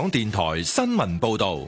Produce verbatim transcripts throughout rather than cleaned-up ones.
港電台新聞報道。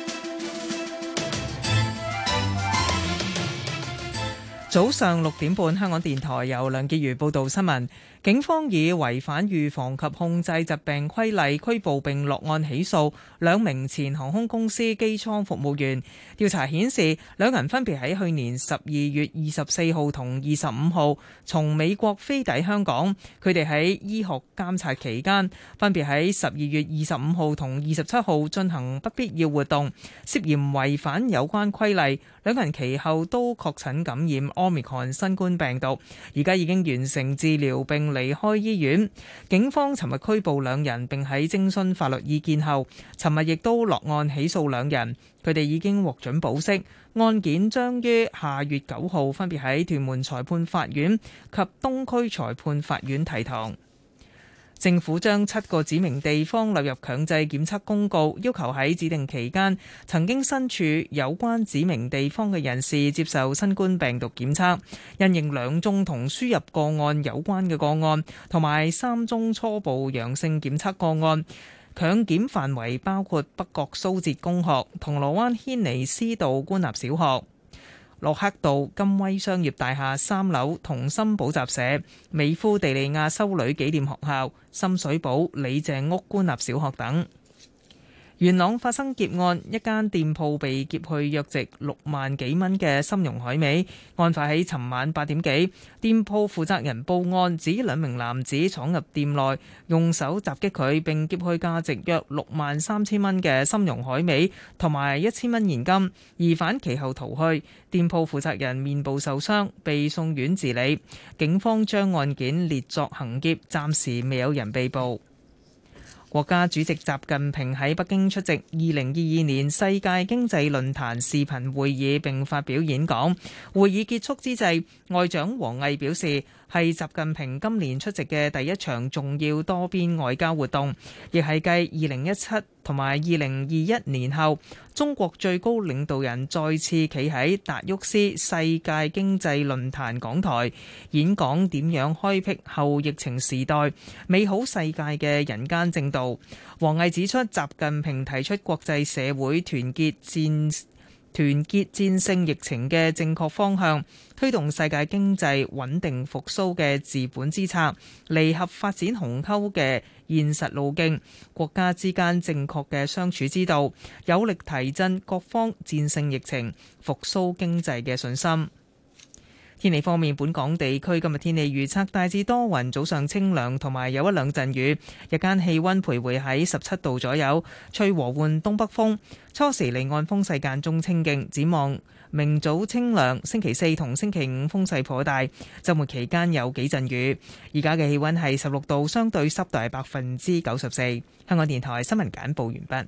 早上六點半，香港電台由梁潔如報道新聞。警方以違反預防及控制疾病規例拘捕並落案起訴兩名前航空公司機艙服務員。調查顯示，兩人分別喺去年十二月二十四號同二十五號從美國飛抵香港。佢哋喺醫學監察期間，分別喺十二月二十五號同二十七號進行不必要活動，涉嫌違反有關規例。兩人其後都確診感染 Omicron 新冠病毒，而家已經完成治療並離開醫院。警方尋日拘捕兩人，並喺徵詢法律意見後，尋日亦都落案起訴兩人。佢哋已經獲准保釋，案件將於下月九號分別喺屯門裁判法院及東區裁判法院提堂。政府將七個指明地方納入強制檢測公告，要求喺指定期間曾經身處有關指明地方嘅人士接受新冠病毒檢測。因應兩宗同輸入個案有關嘅個案，同埋三宗初步陽性檢測個案，強檢範圍包括北角蘇浙公學、銅鑼灣軒尼詩道官立小學、洛克道金威商業大廈三樓同心補習社、美孚地利亞修女紀念學校、深水埗李鄭屋官立小學等。元朗發生劫案，一間店鋪被劫去約值六萬幾蚊嘅參茸海味。案發喺尋晚八點幾，店鋪負責人報案，指兩名男子闖入店內，用手襲擊佢，並劫去價值約六萬三千蚊嘅參茸海味同埋一千蚊現金。疑犯其後逃去，店鋪負責人面部受傷，被送院治理。警方將案件列作行劫，暫時未有人被捕。國家主席習近平喺北京出席二零二二年世界經濟論壇視頻會議並發表演講。會議結束之際，外長王毅表示，係習近平今年出席嘅第一場重要多邊外交活動，亦係繼二零一七同埋二零二一年後，中國最高領導人再次企喺達沃斯世界經濟論壇講台演講點樣開闢後疫情時代美好世界嘅人間正道。王毅指出，習近平提出國際社會團結戰團結戰勝疫情嘅正確方向，推動世界經濟穩定復甦嘅治本之策，彌合發展鴻溝嘅現實路徑，國家之間正確嘅相處之道，有力提振各方戰勝疫情、復甦經濟嘅信心。天氣方面，本港地區今日天氣預測大致多雲，早上清涼同埋有一兩陣雨，日間氣溫徘徊喺十七度左右，吹和緩東北風，初時離岸風勢間中清勁。展望明早清涼，星期四同星期五風勢頗大，週末期間有幾陣雨。而家嘅氣溫係十六度，相對濕度係百分之九十四。香港電台新聞簡報完畢。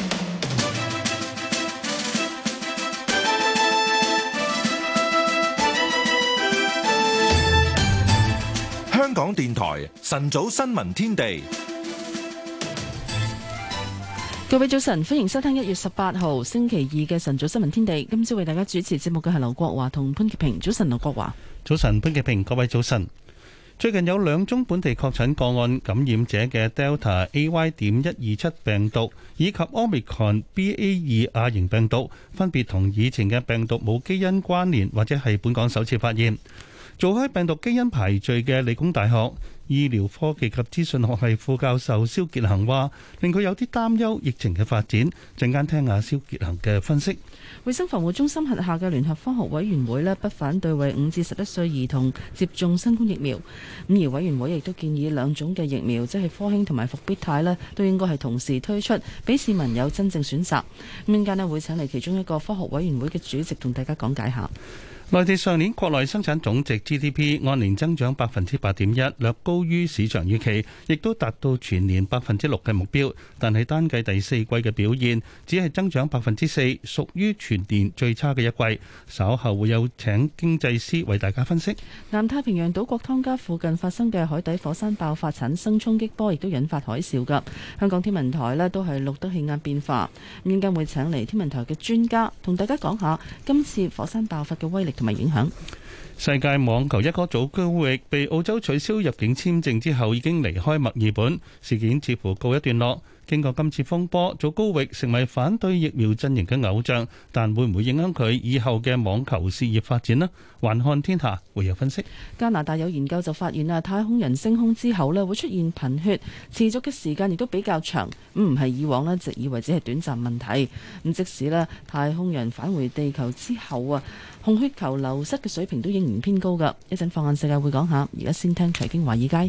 香港電台晨早新聞天地， 各位早晨，歡迎收聽一月十八號星期二嘅晨早新聞天地。今朝為大家主持節目嘅係劉國華同潘潔平。早晨，劉國華。 早晨，潘潔平。各位早晨。最近有兩宗本地確診個案，感染者嘅 Delta A Y 點一二七病毒以及 Omicron B A 二亞型病毒，分別同以前嘅病毒冇基因關聯，或者係本港首次發現。做開病毒基因排序嘅理工大學醫療科技及資訊學系副教授蕭傑恒話，令佢有啲擔憂疫情嘅發展。陣間聽下蕭傑恒嘅分析。 衛生防護中心轄下嘅聯合科學委員會呢，不反對為五至十一歲兒童接種新冠疫苗。咁而委員會亦都建議兩種嘅疫苗，即係科興同埋復必泰呢，都應該係同時推出，俾市民有真正選擇。咁陣間呢會請嚟其中一個科學委員會嘅主席同大家講解下。 內地上年國內生產總值 G D P 按年增長百分之八點一，略高於市場預期，亦都達到全年百分之六嘅目標。但係單計第四季嘅表現，只係增長百分之四，屬於全年最差嘅一季。稍後會有請經濟師為大家分析。 南太平洋島國湯加附近發生嘅海底火山爆發產生衝擊波，亦都引發海嘯㗎。香港天文台呢都係錄得氣壓變化。咁應該會請嚟天文台嘅專家同大家講下今次火山爆發嘅威力同埋影響。 世界網球一哥祖高域被澳洲取消入境簽證之後，已經離開墨爾本，事件似乎告一段落。 經過今次風波，祖高域成為反對疫苗陣營嘅偶像，但會唔會影響佢以後嘅網球事業發展呢？環看天下會有分析。 加拿大有研究就發現啊，太空人升空之後咧會出現貧血，持續嘅時間亦都比較長，咁唔係以往咧直以為只係短暫問題。咁即使咧太空人返回地球之後啊，紅血球流失嘅水平都仍然偏高㗎。一陣放眼世界會講下，而家先聽財經華爾街。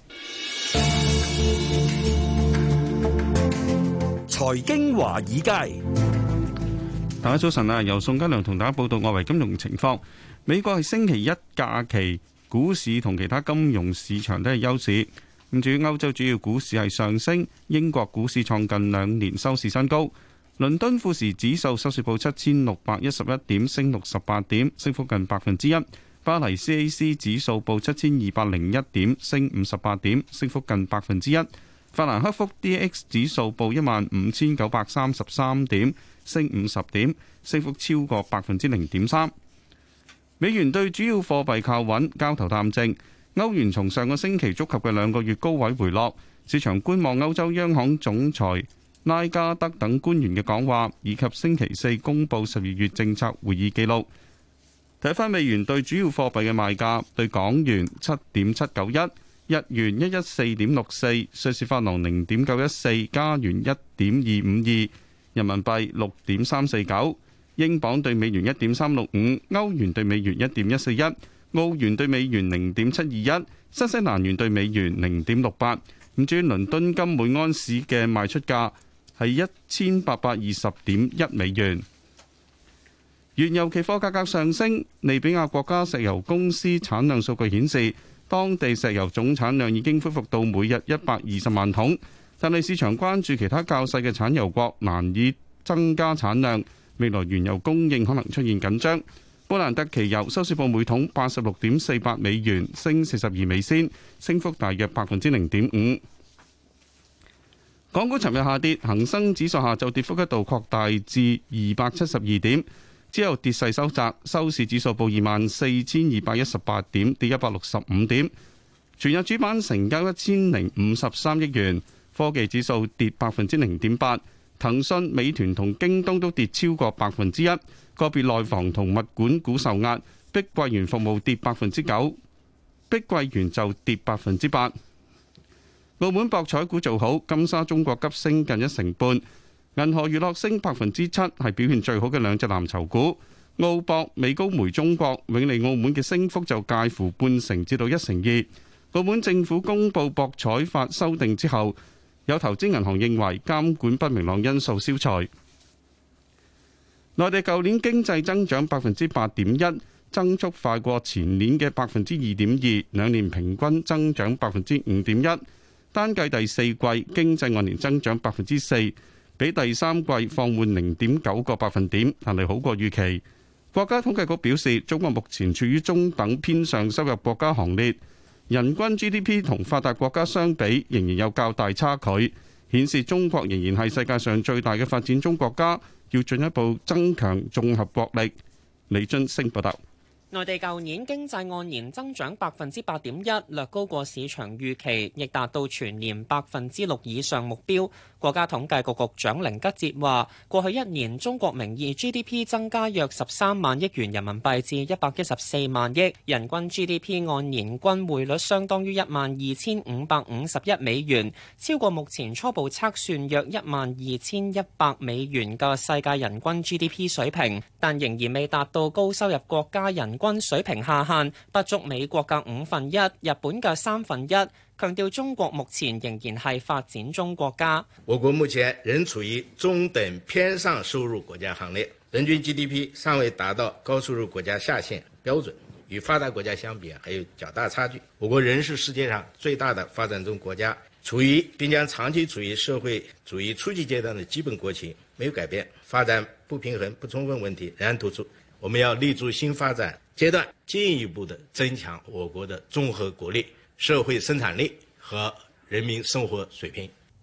財經華爾街， 大家早晨啊！由宋嘉良同大家報道外圍金融情況。美國係星期一假期，股市同其他金融市場都係休市。咁至於歐洲主要股市係上升，英國股市創近兩年收市新高。倫敦富時指數收市報七千六百一十一點，升六十八點，升幅近百分之一。巴黎 C A C 指數報七千二百零一點，升五十八點，升幅近百分之一。法蘭克福 D X 指數報一萬五千九百三十三點，升五十點，升幅超過百分之零點三。美元對主要貨幣靠穩，交投淡靜。歐元從上個星期觸及嘅兩個月高位回落，市場觀望歐洲央行總裁拉加德等官員嘅講話，以及星期四公佈十二月政策會議記錄。睇返美元對主要貨幣嘅賣價，對港元七點七九一。日元一一四點六四，瑞士法郎零點九一四，加元一點二五二，人民幣六點三四九，英鎊對美元一點三六五，歐元對美元一點一四一，澳元對美元零點七二一，新西蘭元對美元零點六八。咁至於倫敦金每盎司嘅賣出價係一千八百二十點一美元。原油期貨價格上升，利比亞國家石油公司產量數據顯示，當地石油總產量已經恢復到每日一百二十萬桶，但係市場關注其他較細嘅產油國難以增加產量，未來原油供應可能出現緊張。布蘭特期油收市報每桶八十六點四八美元，升四十二美仙，升幅大約百分之零點五。港股尋日下跌，恒生指數下晝跌幅一度擴大至二百七十二點。之後跌勢收窄，收市指數報二萬四千二百一十八點，跌一百六十五點。全日主板成交一千零五十三億元，科技指數跌百分之零點八。騰訊、美團同京東都跌超過百分之一，個別內房同物管股受壓，碧桂園服務跌百分之九，碧桂園就跌百分之八。澳門博彩股做好，金沙中國急升近一成半。銀河娛樂升百分之七，係表現最好嘅兩隻藍籌股。澳博、美高梅中國、永利澳門嘅升幅就介乎半成至到一成二。澳門政府公布博彩法修訂之後，有投資銀行認為監管不明朗因素消除。內地舊年經濟增長百分之八點一，增速快過前年嘅百分之二點二，兩年平均增長百分之五點一。單計第四季經濟按年增長百分之四。比第三季放緩零點九個百分點，但係好過預期。國家統計局表示，中國目前處於中等偏上收入國家行列，人均 G D P 同發達國家相比仍然有較大差距，顯示中國仍然係世界上最大嘅發展中國家，要進一步增強綜合國力。李津升報道。 內地舊年經濟按年增長百分之八點一，略高過市場預期，亦達到全年百分之六以上目標。國家統計局局長寧吉喆話：過去一年中國名義 G D P 增加約十三萬億元人民幣至一百一十四萬億，人均 G D P 按年均匯率相當於一萬二千五百五十一美元，超過目前初步測算約一萬二千一百美元嘅世界人均 G D P 水平，但仍然未達到高收入國家人均水平下限，不足美國嘅五分一、日本嘅三分一。強調中國目前仍然係發展中國家。 我國目前仍處於中等偏上收入國家行列，人均 G D P 尚未達到高收入國家下限標準，與發達國家相比還有較大差距。我國仍是世界上最大的發展中國家，處於並將長期處於社會主義初級階段的基本國情沒有改變，發展不平衡不充分問題仍然突出。我們要立足新發展階段，進一步的增強我國的綜合國力、社會生產力和人民生活水平。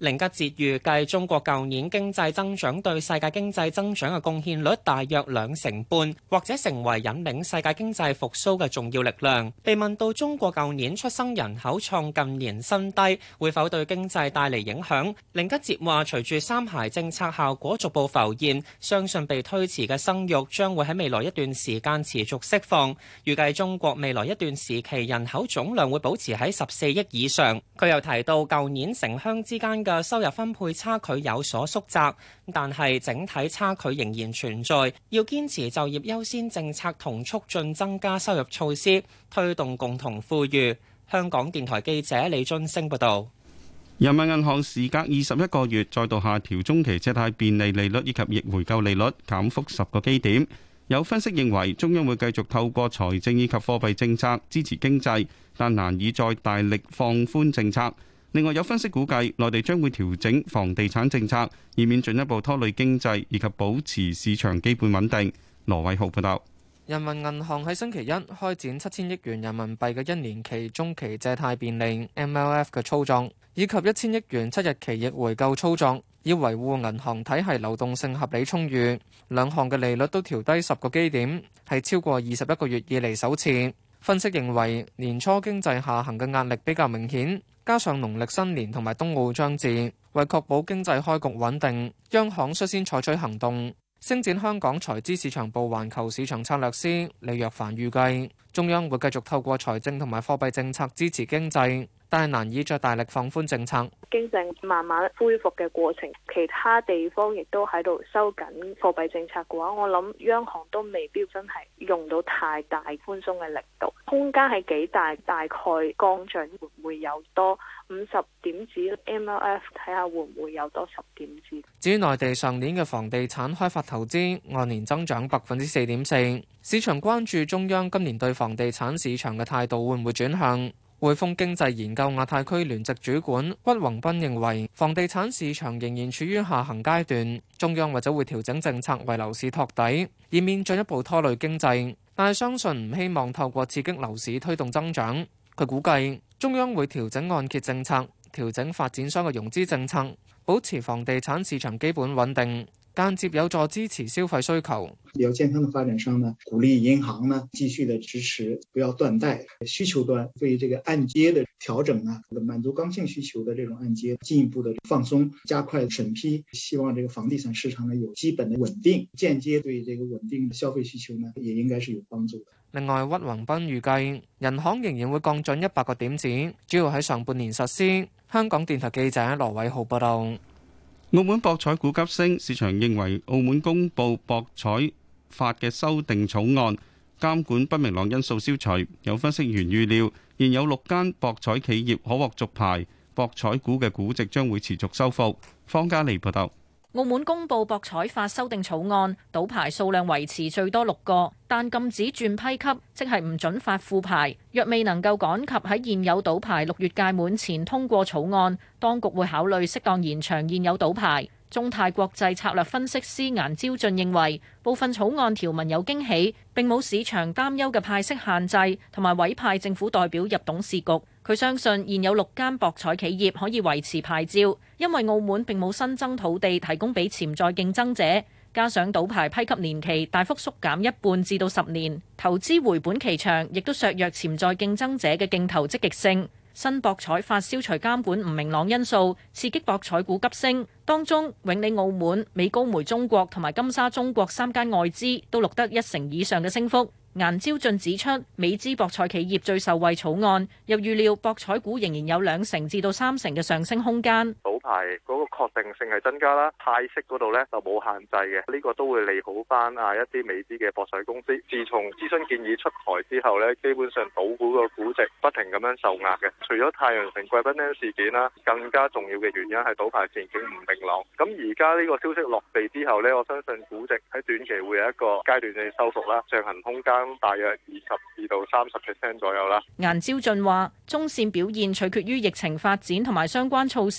寧吉喆預計中國舊年經濟增長對世界經濟增長嘅貢獻率大約兩成半，或者成為引領世界經濟復甦嘅重要力量。被問到中國舊年出生人口創近年新低，會否對經濟帶嚟影響？寧吉喆話：隨住三孩政策效果逐步浮現，相信被推遲嘅生育將會喺未來一段時間持續釋放。預計中國未來一段時期人口總量會保持喺十四億以上。佢又提到，舊年城鄉之間嘅收入分配差距有所縮窄，但係整體差距仍然存在，要堅持就業優先政策同促進增加收入措施，推動共同富裕。香港電台記者李津升報道。 人民銀行時隔二十一個月再度下調中期借貸便利利率以及逆回購利率，減幅十個基點。有分析認為，中央會繼續透過財政以及貨幣政策支持經濟，但難以再大力放寬政策。另外有分析估計，內地將會調整房地產政策，以免進一步拖累經濟以及保持市場基本穩定。羅偉浩報道。 人民銀行喺星期一開展七千億元人民幣嘅一年期中期借貸便利 M L F 嘅操作，以及一千億元七日期逆回購操作，以維護銀行體系流動性合理充裕。兩項嘅利率都調低十個基點，係超過二十一個月以嚟首次。分析認為，年初經濟下行嘅壓力比較明顯，加上農曆新年同埋冬奧將至，為確保經濟開局穩定，央行率先採取行動。星展香港財資市場部環球市場策略師李若凡預計，中央會繼續透過財政同埋貨幣政策支持經濟，但係難以再大力放寬政策。 經濟慢慢恢復嘅過程，其他地方亦都喺度收緊貨幣政策嘅話，我諗央行都未必真係用到太大寬鬆嘅力度，空間係幾大？大概降準會唔會有多五十點子 M L F 睇下會唔會有多十點子？ 至於內地上年嘅房地產開發投資按年增長百分之四點四，市場關注中央今年對房地產市場嘅態度會唔會轉向？匯豐經濟研究亞太區聯席主管屈宏斌認為，房地產市場仍然處於下行階段，中央或者會調整政策為樓市托底，以免進一步拖累經濟。但係相信唔希望透過刺激樓市推動增長。佢估計中央會調整按揭政策，調整發展商嘅融資政策，保持房地產市場基本穩定，間接有助支持消費需求。 比較健康的發展商呢，鼓勵銀行呢繼續的支持，不要斷貸。需求端對這個按揭的調整啊，滿足剛性需求的這種按揭進一步的放鬆，加快審批，希望這個房地產市場呢有基本的穩定，間接對這個穩定的消費需求呢也應該是有幫助的。 另外，屈宏斌預計人行仍然會降準一百個點子，主要喺上半年實施。香港電台記者羅偉浩報道。 澳門博彩股急升，市場認為澳門公布博彩法嘅修訂草案，監管不明朗因素消除。有分析員預料，現有六間博彩企業可獲續牌，博彩股嘅估值將會持續收復。方嘉利報道。 澳門公布博彩法修訂草案，賭牌數量維持最多六個，但禁止轉批級，即係唔准發副牌。若未能夠趕及喺現有賭牌六月屆滿前通過草案，當局會考慮適當延長現有賭牌。中泰國際策略分析師顏朝俊認為，部分草案條文有驚喜，並冇市場擔憂嘅派息限制，同埋委派政府代表入董事局。佢相信現有六間博彩企業可以維持牌照，因為澳門並冇新增土地提供俾潛在競爭者，加上賭牌批給年期大幅縮減一半至到十年，投資回本期長，亦都削弱潛在競爭者嘅競投積極性。新博彩法消除監管唔明朗因素，刺激博彩股急升。當中永利澳門、美高梅中國同埋金沙中國三間外資都錄得一成以上嘅升幅。顏朝俊指出，美資博彩企業最受惠草案，又預料博彩股仍然有兩成至到三成嘅上升空間。 賭牌嗰個確定性係增加啦，派息嗰度咧就冇限制嘅，呢個都會利好翻啊一啲美資嘅博彩公司。自從諮詢建議出台之後咧，基本上賭股個估值不停咁樣受壓嘅。除咗太陽城貴賓廳事件啦，更加重要嘅原因係賭牌前景唔明朗。咁而家呢個消息落地之後咧，我相信估值喺短期會有一個階段性收復啦，上行空間大約二十二到三十 percent 左右啦。 顏朝俊話：中線表現取決於疫情發展同埋相關措施，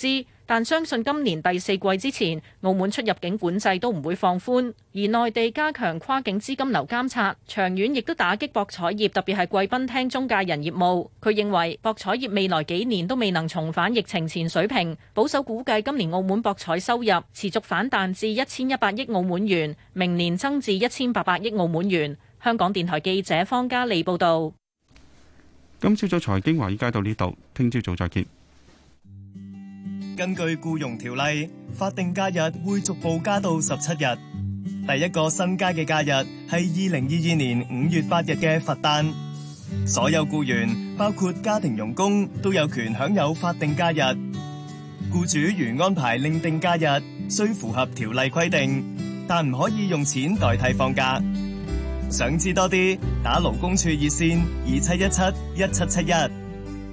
但相信今年第四季之前，澳門出入境管制都唔會放寬，而內地加強跨境資金流監察，長遠亦都打擊博彩業，特別係貴賓廳中介人業務。佢認為博彩業未來幾年都未能重返疫情前水平，保守估計今年澳門博彩收入持續反彈至一千一百億澳門元，明年增至一千八百億澳門元。香港電台記者方嘉利報導。 今朝早財經華爾街到呢度，聽朝早再見。 根據僱傭條例，法定假日會逐步加到十七日。第一個新加嘅假日係二零二二年五月八日嘅佛誕。所有僱員，包括家庭傭工，都有權享有法定假日。僱主如安排另定假日，需符合條例規定，但唔可以用錢代替放假。想知多啲，打勞工處熱線二七一七一七七一。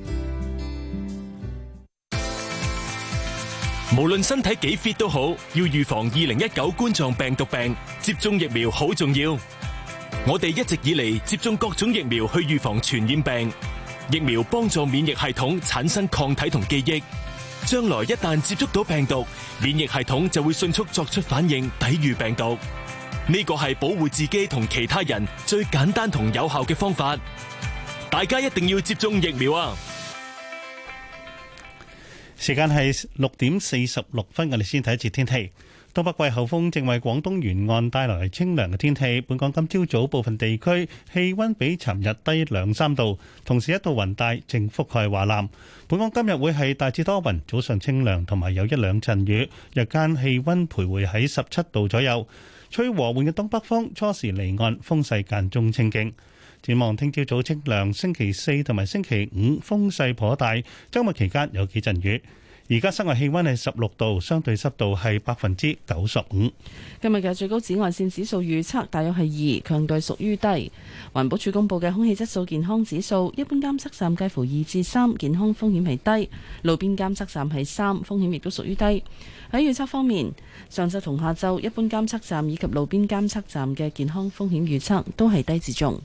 無論身體幾 fit 都好，要預防二零一九冠狀病毒病，接種疫苗好重要。我哋一直以嚟接種各種疫苗去預防傳染病，疫苗幫助免疫系統產生抗體同記憶，將來一旦接觸到病毒，免疫系統就會迅速作出反應，抵禦病毒。呢個係保護自己同其他人最簡單同有效嘅方法，大家一定要接種疫苗啊！ 時間係六點四十六分，我哋先睇一節天氣。東北季候風正為廣東沿岸帶來清涼嘅天氣。本港今朝早部分地區氣溫比尋日低兩三度，同時一道雲帶正覆蓋華南。本港今日會係大致多雲，早上清涼，同埋有一兩陣雨，日間氣溫徘徊喺十七度左右，吹和緩嘅東北風，初時離岸，風勢間中清勁。展望聽朝早清涼，星期四同埋星期五風勢頗大，週末期間有幾陣雨。而家室外氣溫係十六度，相對濕度係百分之九十五。 今日嘅最高紫外線指數預測大約係二，強度屬於低。環保署公布嘅空氣質素健康指數，一般監測站介乎二至三，健康風險係低；路邊監測站係三，風險亦都屬於低。喺預測方面，上晝同下晝一般監測站以及路邊監測站嘅健康風險預測都係低至中。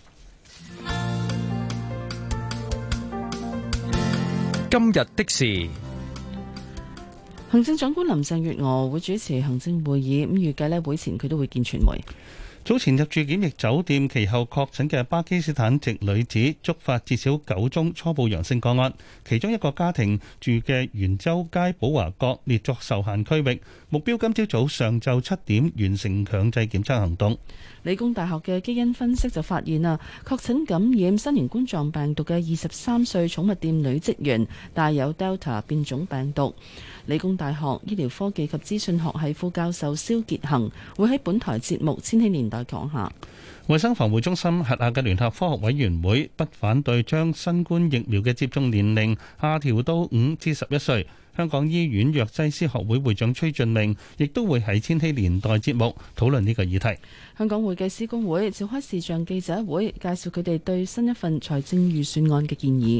今日的事， 行政長官林鄭月娥會主持行政會議，咁預計呢會前佢都會見傳媒。 早前入住檢疫酒店，其後確診嘅巴基斯坦籍女子，觸發至少九宗初步陽性個案，其中一個家庭住嘅元州街寶華閣列作受限區域，目標今朝早上晝七點完成強制檢測行動。 理工大學嘅基因分析就發現啊，確診感染新型冠狀病毒嘅二十三歲寵物店女職員帶有 Delta 變種病毒。理工大學醫療科技及資訊學系副教授蕭傑恒會喺本台節目《千禧年代》講下。 衛生防護中心轄下嘅聯合科學委員會不反對將新冠疫苗嘅接種年齡下調到五至十一歲。香港醫院藥劑師學會會長崔俊明亦都會喺千禧年代節目討論呢個議題。 香港會計師公會召開視像記者會，介紹佢哋對新一份財政預算案嘅建議。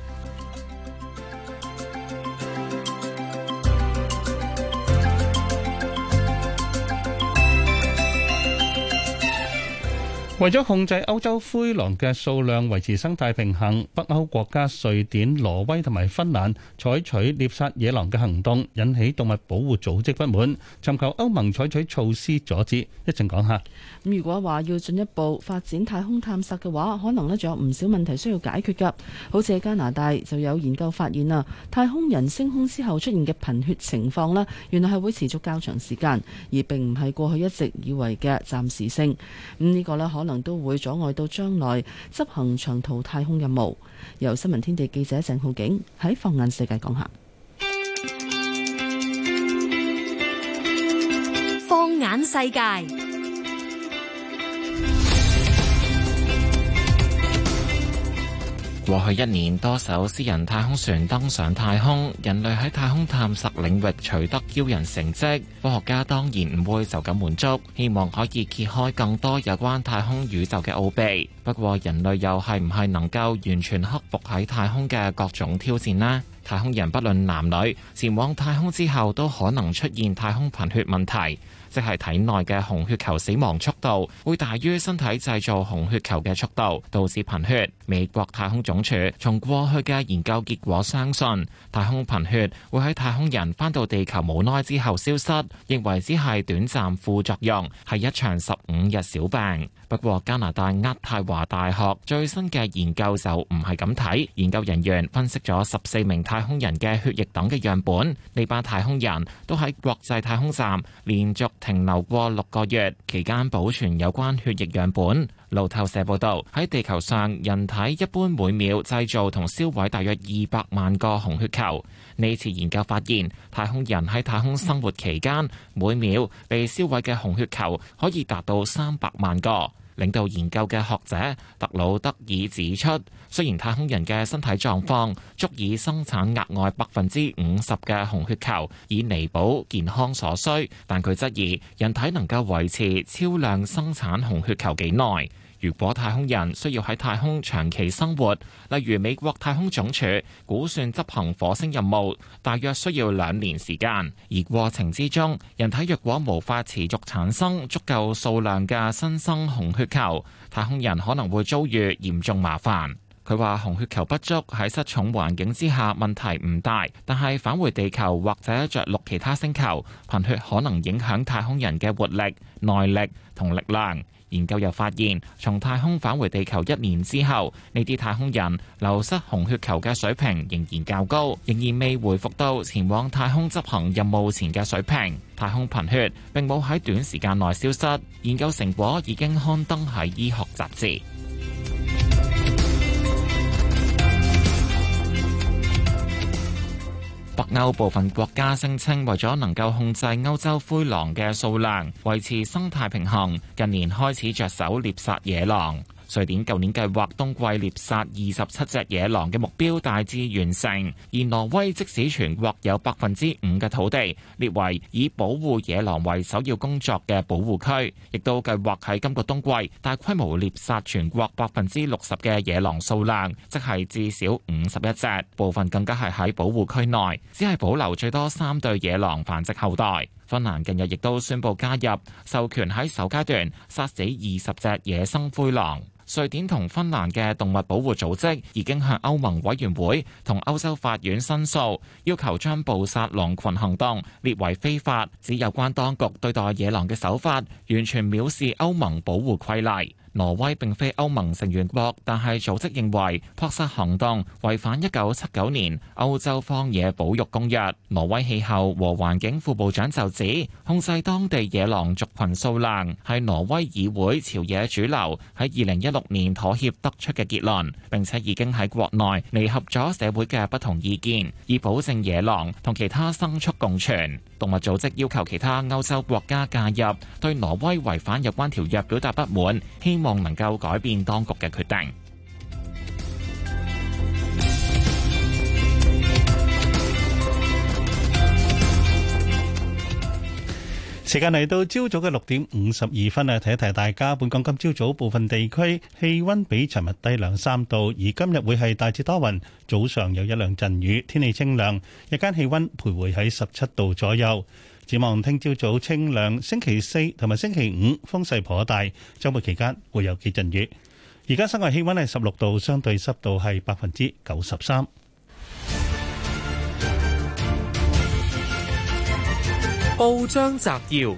為咗控制歐洲灰狼嘅數量，維持生態平衡，北歐國家瑞典、挪威同埋芬蘭採取獵殺野狼嘅行動，引起動物保護組織不滿，尋求歐盟採取措施阻止。一陣講下。 咁如果話要進一步發展太空探索嘅話，可能呢仲有唔少問題需要解決㗎。好似喺加拿大就有研究發現啊，太空人升空之後出現嘅貧血情況呢，原來係會持續較長時間，而並唔係過去一直以為嘅暫時性。咁呢個呢可能可能都會阻礙到將來執行長途太空任務。由新聞天地記者鄭浩景喺放眼世界講下。 放眼世界。 過去一年，多艘私人太空船登上太空，人類喺太空探索領域取得驕人成績。科學家當然唔會就咁滿足，希望可以揭開更多有關太空宇宙嘅奧秘。不過，人類又係唔係能夠完全克服喺太空嘅各種挑戰呢？太空人不論男女，前往太空之後都可能出現太空貧血問題。 即係體內嘅紅血球死亡速度會大於身體製造紅血球嘅速度，導致貧血。美國太空總署從過去嘅研究結果相信，太空貧血會喺太空人返到地球冇耐之後消失，認為只係短暫副作用，係一場十五日小病。不過加拿大渥太華大學最新嘅研究就唔係咁睇，研究人員分析咗十四名太空人嘅血液等嘅樣本，呢班太空人都喺國際太空站連續停留過六個月，期間保存有關血液樣本。路透社報道，喺地球上，人體一般每秒製造同燒毀大約二百萬個紅血球。呢次研究發現，太空人喺太空生活期間，每秒被燒毀嘅紅血球可以達到三百萬個。領導研究嘅學者特魯德爾指出，雖然太空人嘅身體狀況足以生產額外百分之五十嘅紅血球，以彌補健康所需，但佢質疑人體能夠維持超量生產紅血球幾耐。如果太空人需要喺太空長期生活，例如美國太空總署估算執行火星任務大約需要兩年時間，而過程之中，人體若果無法持續產生足夠數量嘅新生紅血球，太空人可能會遭遇嚴重麻煩。佢話紅血球不足喺失重環境之下問題唔大，但係返回地球或者着陸其他星球，貧血可能影響太空人嘅活力、耐力同力量。研究又發現，從太空返回地球一年之後，呢啲太空人流失紅血球嘅水平仍然較高，仍然未回復到前往太空執行任務前嘅水平。太空貧血並冇喺短時間內消失，研究成果已經刊登喺醫學雜誌。北歐部分國家聲稱，為咗能夠控制歐洲灰狼嘅數量，維持生態平衡，近年開始着手獵殺野狼。瑞典舊年計劃冬季獵殺二十七隻野狼嘅目標大致完成，而挪威即使全國有百分之五嘅土地列為以保護野狼為首要工作嘅保護區，亦都計劃喺今個冬季大規模獵殺全國百分之六十嘅野狼數量，即係至少五十一隻，部分更加係喺保護區內，只係保留最多三對野狼繁殖後代。芬蘭近日亦都宣布加入，授權喺首階段殺死二十隻野生灰狼。瑞典同芬蘭嘅動物保護組織已經向歐盟委員會同歐洲法院申訴，要求將捕殺狼群行動列為非法，指有關當局對待野狼嘅手法完全藐視歐盟保護規例。挪威並非歐盟成員國，但係組織認為撲殺行動違反一九七九年歐洲荒野保育公約。挪威氣候和環境副部長就指，控制當地野狼族群數量係挪威議會朝野主流喺二零一六年妥協得出嘅結論，並且已經喺國內彌合咗社會嘅不同意見，以保證野狼同其他牲畜共存。動物組織要求其他歐洲國家介入，對挪威違反有關條約表達不滿，希望能夠改變當局嘅決定。 時間嚟到朝早嘅六點五十二分啊，提一提大家，本港今朝早部分地區氣溫比尋日低兩三度，而今日會係大致多雲，早上有一兩陣雨，天氣清涼，日間氣溫徘徊喺十七度左右。展望聽朝早清涼，星期四同埋星期五風勢頗大，週末期間會有幾陣雨。而家室外氣溫係十六度，相對濕度係百分之九十三。 報章摘要，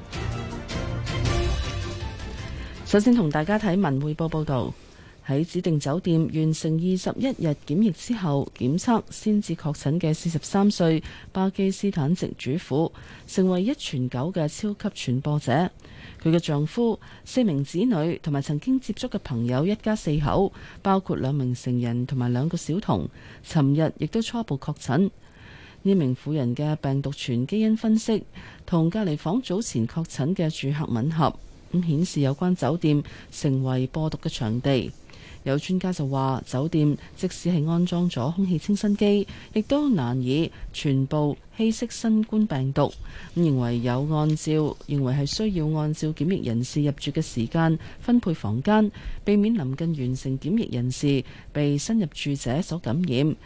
首先同大家睇文匯報報道，喺指定酒店完成二十一日檢疫之後檢測先至確診嘅四十三歲巴基斯坦籍主婦，成為一傳九嘅超級傳播者。佢嘅丈夫、四名子女同埋曾經接觸嘅朋友一家四口，包括兩名成人同埋兩個小童，尋日亦都初步確診。呢名婦人嘅病毒全基因分析同隔離房早前確診嘅住客吻合，咁顯示有關酒店成為播毒嘅場地。有專家就話，酒店即使係安裝咗空氣清新機，亦都難以全部稀釋新冠病毒。咁認為有按照認為係需要按照檢疫人士入住嘅時間分配房間，避免臨近完成檢疫人士被新入住者所感染。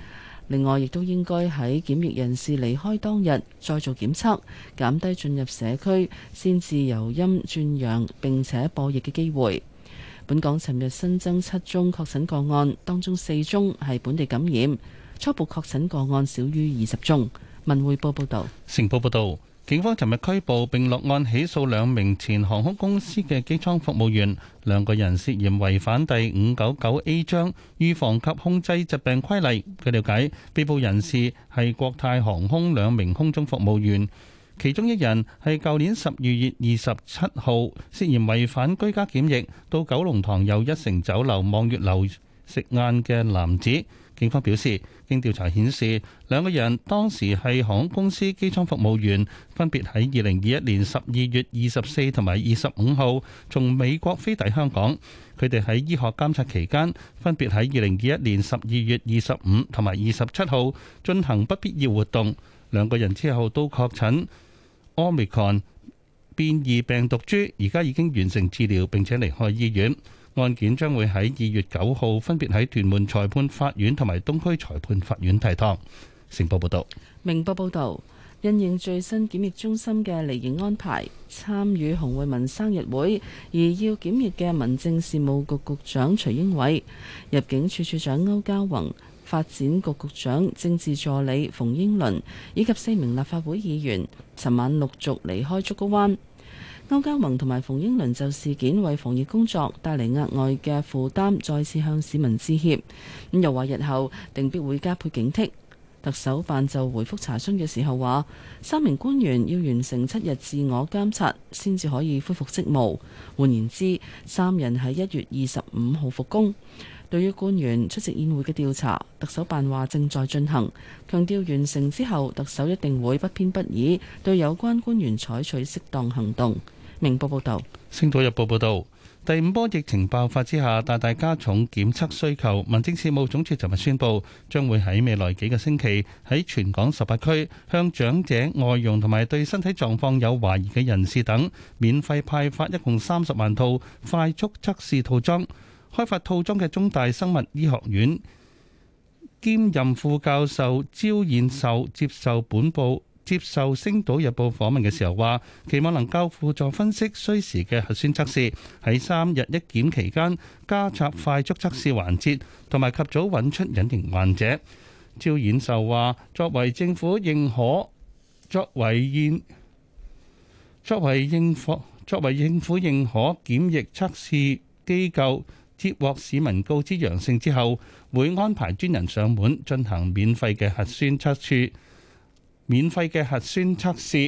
另外，亦都應該喺檢疫人士離開當日再做檢測，減低進入社區先至由陰轉陽並且播疫嘅機會。本港尋日新增七宗確診個案，當中四宗係本地感染，初步確診個案少於二十宗。文匯報報道。 成報報導。警方尋日拘捕並落案起訴兩名前航空公司嘅機艙服務員，兩個人涉嫌違反第五九九 A 章預防及控制疾病規例。據了解，被捕人士係國泰航空兩名空中服務員，其中一人係舊年十二月二十七號涉嫌違反居家檢疫到九龍塘又一城酒樓望月樓食晏嘅男子。警方表示，經調查顯示，兩個人當時係航空公司機艙服務員，分別喺二零二一年十二月二十四同埋二十五號從美國飛抵香港。佢哋喺醫學監察期間，分別喺二零二一年十二月二十五同埋二十七號進行不必要活動。兩個人之後都確診 Omicron 變異病毒株，而家已經完成治療並且離開醫院。案件將會喺二月九號分別喺屯門裁判法院同埋東區裁判法院提堂。成報報道。 明報報導，因應最新檢疫中心嘅離營安排，參與洪為民生日會而要檢疫嘅民政事務局局長徐英偉、入境處處長歐家宏、發展局局長政治助理馮英倫以及四名立法會議員，尋晚陸續離開竹篙灣。歐家宏同埋馮英倫就事件為防疫工作帶嚟額外嘅負擔，再次向市民致歉。咁又話日後定必會加倍警惕。特首辦就回覆查詢嘅時候話，三名官員要完成七日自我監察先至可以恢復職務。換言之，三人喺一月二十五號復工。對於官員出席宴會嘅調查，特首辦話正在進行，強調完成之後，特首一定會不偏不倚對有關官員採取適當行動。明報報道。 星島日報報道，第五波疫情爆發之下，大大加重檢測需求。民政事務總署尋日宣布，將會喺未來幾個星期喺全港十八區向長者、外傭同埋對身體狀況有懷疑嘅人士等，免費派發一共三十萬套快速測試套裝。開發套裝嘅中大生物醫學院兼任副教授招彥秀接受本報接受《星島日報》訪問嘅時候話，期望能夠輔助分析需時嘅核酸測試，喺三日一檢期間加插快速測試環節，同埋及早揾出隱形患者。招彥秀話，作為政府認可，作為現作為應付作為政府認可檢疫測試機構，接獲市民告知陽性之後，會安排專人上門進行免費嘅核酸測試。免費嘅核酸測試，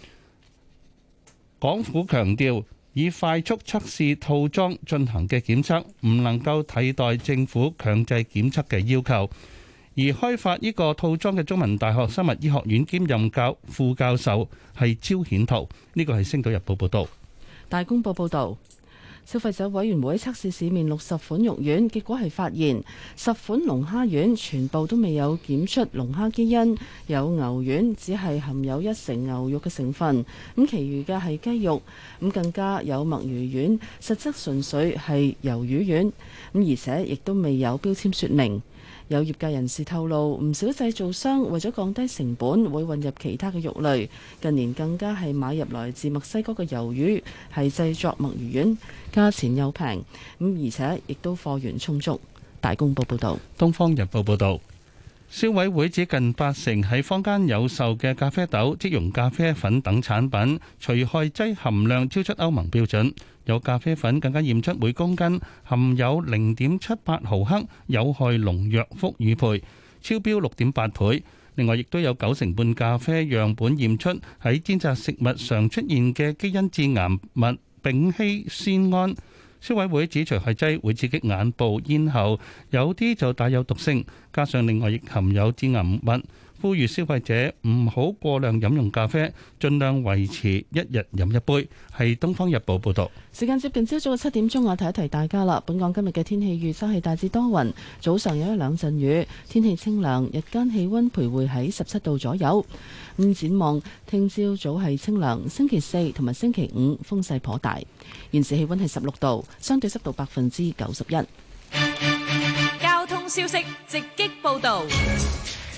港府強調，以快速測試套裝進行嘅檢測唔能夠替代政府強制檢測嘅要求。而開發呢個套裝嘅中文大學生物醫學院兼任教副教授係招顯圖。呢個係《星島日報》報導。 大公報報導。消費者委員會測試市面六十款肉丸，結果係發現十款龍蝦丸全部都未有檢出龍蝦基因，有牛丸只係含有一成牛肉嘅成分，咁其餘嘅係雞肉，咁更加有墨魚丸，實質純粹係魷魚丸，咁而且亦都未有標籤說明。有業界人士透露，唔少製造商為咗降低成本，會混入其他嘅肉類。近年更加係買入來自墨西哥嘅魷魚，係製作墨魚丸，價錢又平，咁而且亦都貨源充足。大公報報道。 《東方日報》報道，消委會指近八成喺坊間有售嘅咖啡豆、即溶咖啡粉等產品，除害劑含量超出歐盟標準。有咖啡粉更加驗出每公斤含有零點七八毫克有害農藥福乳培，超標六點八倍。另外，亦都有九成半咖啡樣本驗出喺煎炸食物常出現嘅基因致癌物丙烯酰胺。消委會指除害劑會刺激眼部、咽喉，有啲就帶有毒性，加上另外亦含有致癌物。呼籲消費者唔好過量飲用咖啡，盡量維持一日飲一杯。係《東方日報》報導。 時間接近朝早嘅七點鐘，我提一提大家啦。本港今日嘅天氣預測係大致多雲，早上有一兩陣雨，天氣清涼，日間氣温徘徊喺十七度左右。咁展望聽朝早係清涼，星期四同埋星期五風勢頗大。現時氣温係十六度，相對濕度百分之九十一。 交通消息直擊報導。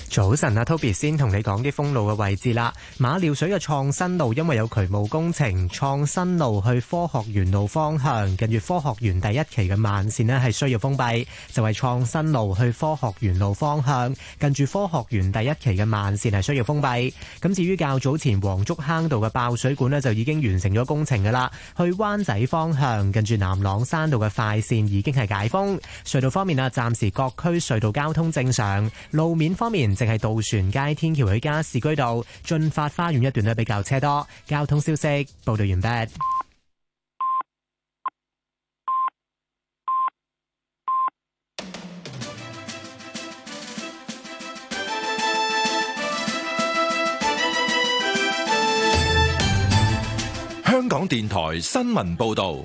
早晨啊 ，Toby 先同你講啲封路嘅位置啦。馬料水嘅創新路因為有渠務工程，創新路去科學園路方向，近住科學園第一期嘅慢線呢係需要封閉，就係創新路去科學園路方向，近住科學園第一期嘅慢線係需要封閉。咁至於較早前黃竹坑道嘅爆水管呢，就已經完成咗工程噶啦，去灣仔方向，近住南朗山道嘅快線已經係解封。隧道方面啊，暫時各區隧道交通正常。路面方面，淨係渡船街天橋去加士居道、駿發花園一段咧比較車多。交通消息報道完畢。 香港電台新聞報道。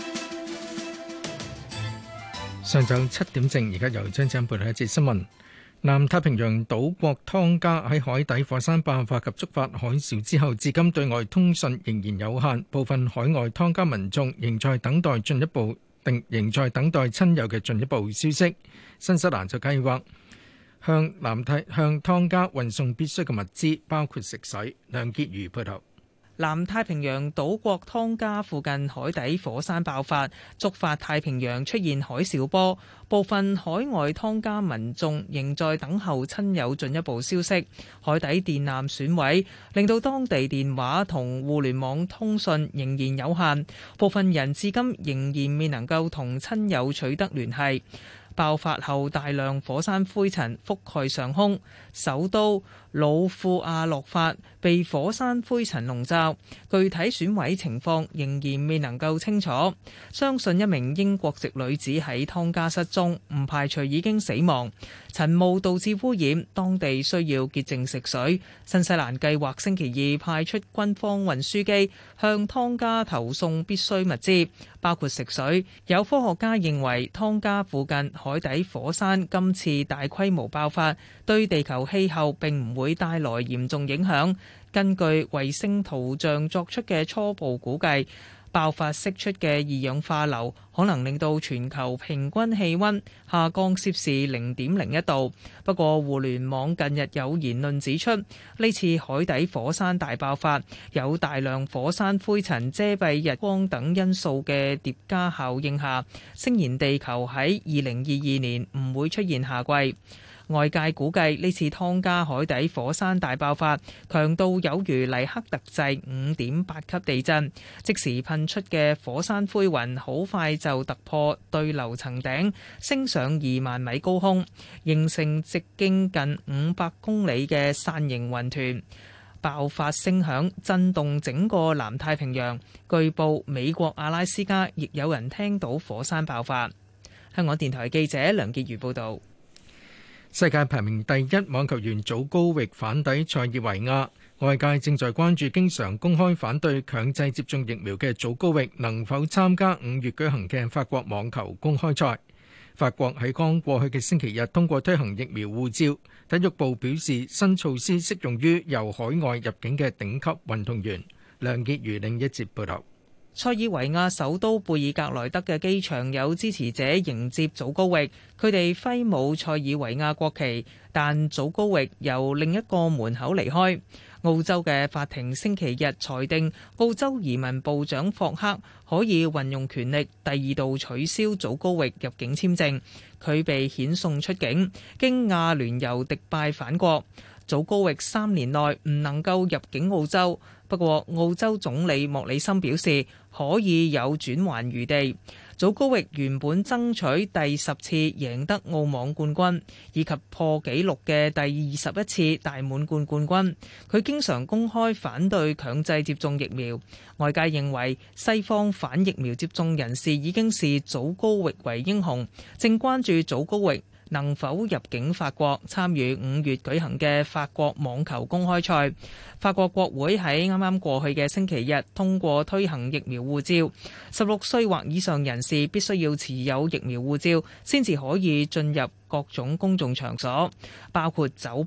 上晝七點正，而家由張振報道一節新聞。南太平洋島國湯加喺海底火山爆發及觸發海嘯之後，至今對外通訊仍然有限，部分海外湯加民眾仍在等待進一步定仍在等待親友嘅進一步消息。新西蘭就計劃向南太向湯加運送必需嘅物資，包括食水。梁潔如報道。 南太平洋島國湯加附近海底火山爆發，觸發太平洋出現海嘯波，部分海外湯加民眾仍在等候親友進一步消息。海底電纜損毀，令到當地電話同互聯網通訊仍然有限，部分人至今仍然未能夠同親友取得聯繫。爆發後，大量火山灰塵覆蓋上空，首都魯庫阿洛法被火山灰塵籠罩，具體損毀情況仍然未能夠清楚。相信一名英國籍女子喺湯加失蹤，唔排除已經死亡。塵霧導致污染，當地需要潔淨食水。新西蘭計劃星期二派出軍方運輸機向湯加投送必需物資，包括食水。有科學家認為湯加附近海底火山今次大規模爆發，對地球氣候並唔會帶來嚴重影響。根據衛星圖像作出嘅初步估計，爆發釋出嘅二氧化硫可能令到全球平均氣溫下降攝氏零點零一度。不過，互聯網近日有言論指出，呢次海底火山大爆發有大量火山灰塵遮蔽日光等因素嘅疊加效應下，聲言地球喺二零二二年唔會出現夏季。外界估計呢次湯加海底火山大爆發強度有如黎克特制五點八級地震，即時噴出嘅火山灰雲好快就突破對流層頂，升上二萬米高空，形成直徑近五百公里嘅傘形雲團。爆發聲響震動整個南太平洋，據報美國阿拉斯加亦有人聽到火山爆發。香港電台記者梁潔如報導。 世界排名第一網球員祖高域返抵塞爾維亞，外界正在關注經常公開反對強制接種疫苗嘅祖高域能否參加五月舉行嘅法國網球公開賽。法國喺剛過去嘅星期日通過推行疫苗護照，體育部表示新措施適用於由海外入境嘅頂級運動員。梁潔如另一節報道。 塞爾維亞首都貝爾格萊德嘅機場有支持者迎接祖高域，佢哋揮舞塞爾維亞國旗，但祖高域由另一個門口離開。澳洲嘅法庭星期日裁定，澳洲移民部長霍克可以運用權力第二度取消祖高域入境簽證，佢被遣送出境，經亞聯酋迪拜返國。祖高域三年內唔能夠入境澳洲，不過澳洲總理莫里森表示可以有轉圜餘地。祖高域原本爭取第十次贏得澳網冠軍，以及破紀錄嘅第二十一次大滿貫冠軍。佢經常公開反對強制接種疫苗，外界認為西方反疫苗接種人士已經視祖高域為英雄，正關注祖高域能否入境法國參與五月舉行嘅法國網球公開賽。法國國會喺啱啱過去嘅星期日通過推行疫苗護照，十六歲或以上人士必須要持有疫苗護照先至可以進入各種公眾場所，包括酒吧、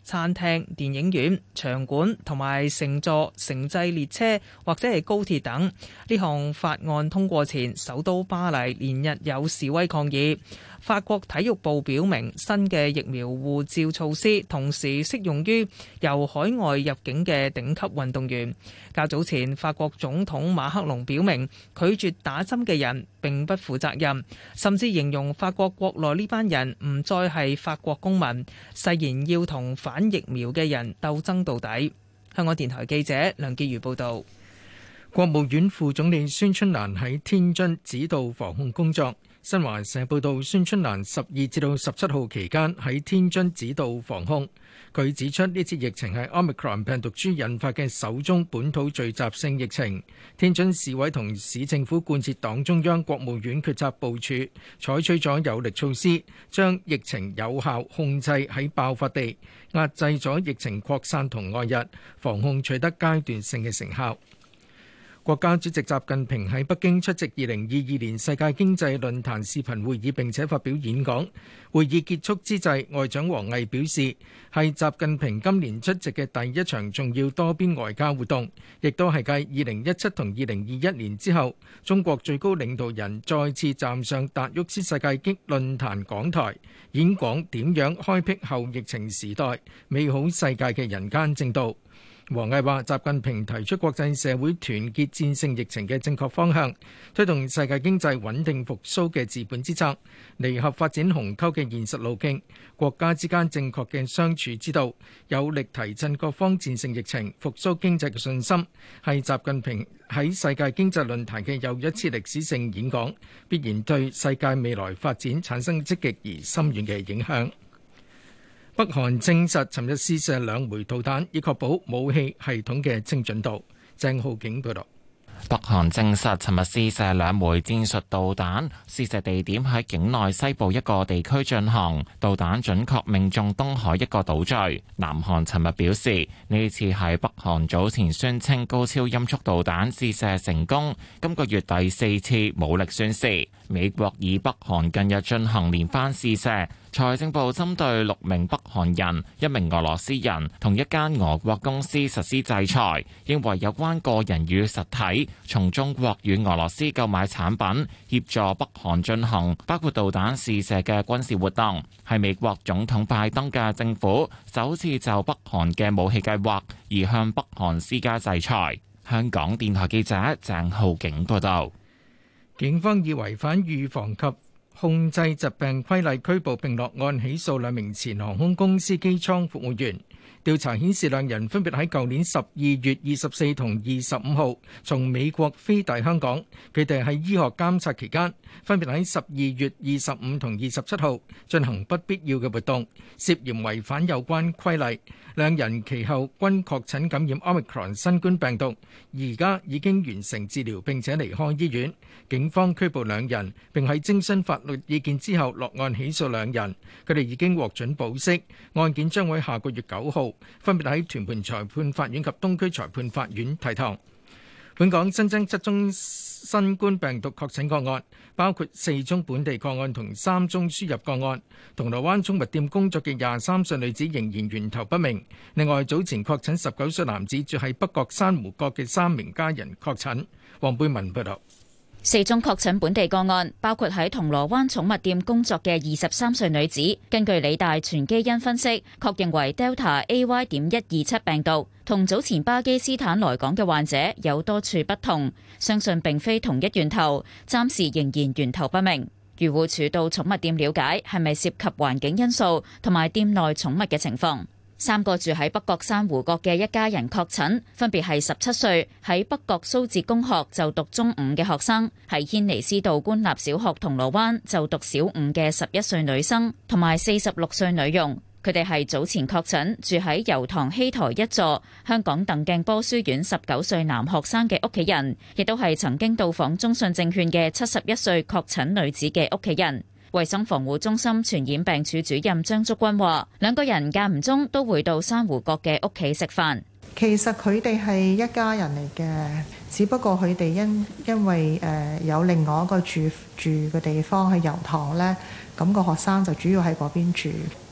餐廳、電影院、場館同埋乘坐城際列車或者係高鐵等。呢項法案通過前，首都巴黎連日有示威抗議。法國體育部表明，新嘅疫苗護照措施同時適用於由海外入境嘅頂級運動員。較早前，法國總統馬克龍表明，拒絕打針嘅人並不負責任，甚至形容法國國內呢班人唔再係法國公民，誓言要同反疫苗嘅人鬥爭到底。香港電台記者梁潔如報導。 國務院副總理孫春蘭喺天津指導防控工作。新華社報道，孫春蘭十二至到十七號期間喺天津指導防控。佢指出，呢次疫情係 Omicron 病毒株引發嘅首宗本土聚集性疫情。天津市委同市政府貫徹黨中央、國務院決策部署，採取咗有力措施，將疫情有效控制喺爆發地，壓制咗疫情擴散同外溢，防控取得階段性嘅成效。國家主席習近平喺北京出席二零二二年世界經濟論壇視頻會議並且發表演講。會議結束之際，外長王毅表示，係習近平今年出席嘅第一場重要多邊外交活動，亦都係繼二零一七同二零二一年之後，中國最高領導人再次站上達沃斯世界經論壇講台，演講點樣開闢後疫情時代美好世界嘅人間正道。王毅話：習近平提出國際社會團結戰勝疫情嘅正確方向，推動世界經濟穩定復甦嘅治本之策，彌合發展鴻溝嘅現實路徑，國家之間正確嘅相處之道，有力提振各方戰勝疫情、復甦經濟嘅信心，係習近平喺世界經濟論壇嘅又一次歷史性演講，必然對世界未來發展產生積極而深遠嘅影響。北韓證實尋日試射兩枚導彈，以確保武器系統嘅精準度。鄭浩景報道。 北韓證實尋日試射兩枚戰術導彈，試射地點喺境內西部一個地區進行，導彈準確命中東海一個島嶼。南韓尋日表示，呢次係北韓早前宣稱高超音速導彈試射成功，今個月第四次武力宣示。美國以北韓近日進行連番試射，財政部針對六名北韓人、一名俄羅斯人同一間俄國公司實施制裁，認為有關個人與實體從中國與俄羅斯購買產品，協助北韓進行包括導彈試射嘅軍事活動，係美國總統拜登嘅政府首次就北韓嘅武器計劃而向北韓施加制裁。香港電台記者鄭浩景報道。 警方以違反預防及控制疾病規例拘捕並落案起訴兩名前航空公司機艙服務員。調查顯示，兩人分別喺舊年十二月二十四同二十五號從美國飛抵香港。佢哋喺醫學監察期間，分別喺十二月二十五同二十七號進行不必要嘅活動，涉嫌違反有關規例。兩人其後均確診感染 Omicron 新冠病毒，而家已經完成治療並且離開醫院。警方拘捕兩人，並喺徵詢法律意見之後落案起訴兩人。佢哋已經獲准保釋，案件將會下個月九號分別喺屯門裁判法院及東區裁判法院提堂。本港新增七宗新冠病毒確診個案，包括四宗本地個案同三宗輸入個案。銅鑼灣寵物店工作嘅廿三歲女子仍然源頭不明。另外，早前確診十九歲男子住喺北角珊瑚閣嘅三名家人確診。黃貝文報道。 四宗確診本地個案，包括喺銅鑼灣寵物店工作嘅二十三歲女子，根據理大全基因分析，確認為 Delta A Y 點一二七病毒，同早前巴基斯坦來港嘅患者有多處不同，相信並非同一源頭，暫時仍然源頭不明。漁護署到寵物店了解係咪涉及環境因素同埋店內寵物嘅情況。三個住喺北角珊瑚閣嘅一家人確診，分別係十七歲喺北角蘇浙公學就讀中五嘅學生，喺軒尼詩道官立小學銅鑼灣就讀小五嘅十一歲女生，同埋四十六歲女傭。佢哋係早前確診住喺油塘希台一座香港鄧鏡波書院十九歲男學生嘅屋企人，亦都係曾經到訪中信證券嘅七十一歲確診女子嘅屋企人。衛生防護中心傳染病處主任張竹君話，兩個人間唔中都會到珊瑚閣嘅屋企食飯。 其實佢哋係一家人嚟嘅，只不過佢哋因因為誒有另外一個住住嘅地方係油塘呢，咁個學生就主要喺嗰邊住。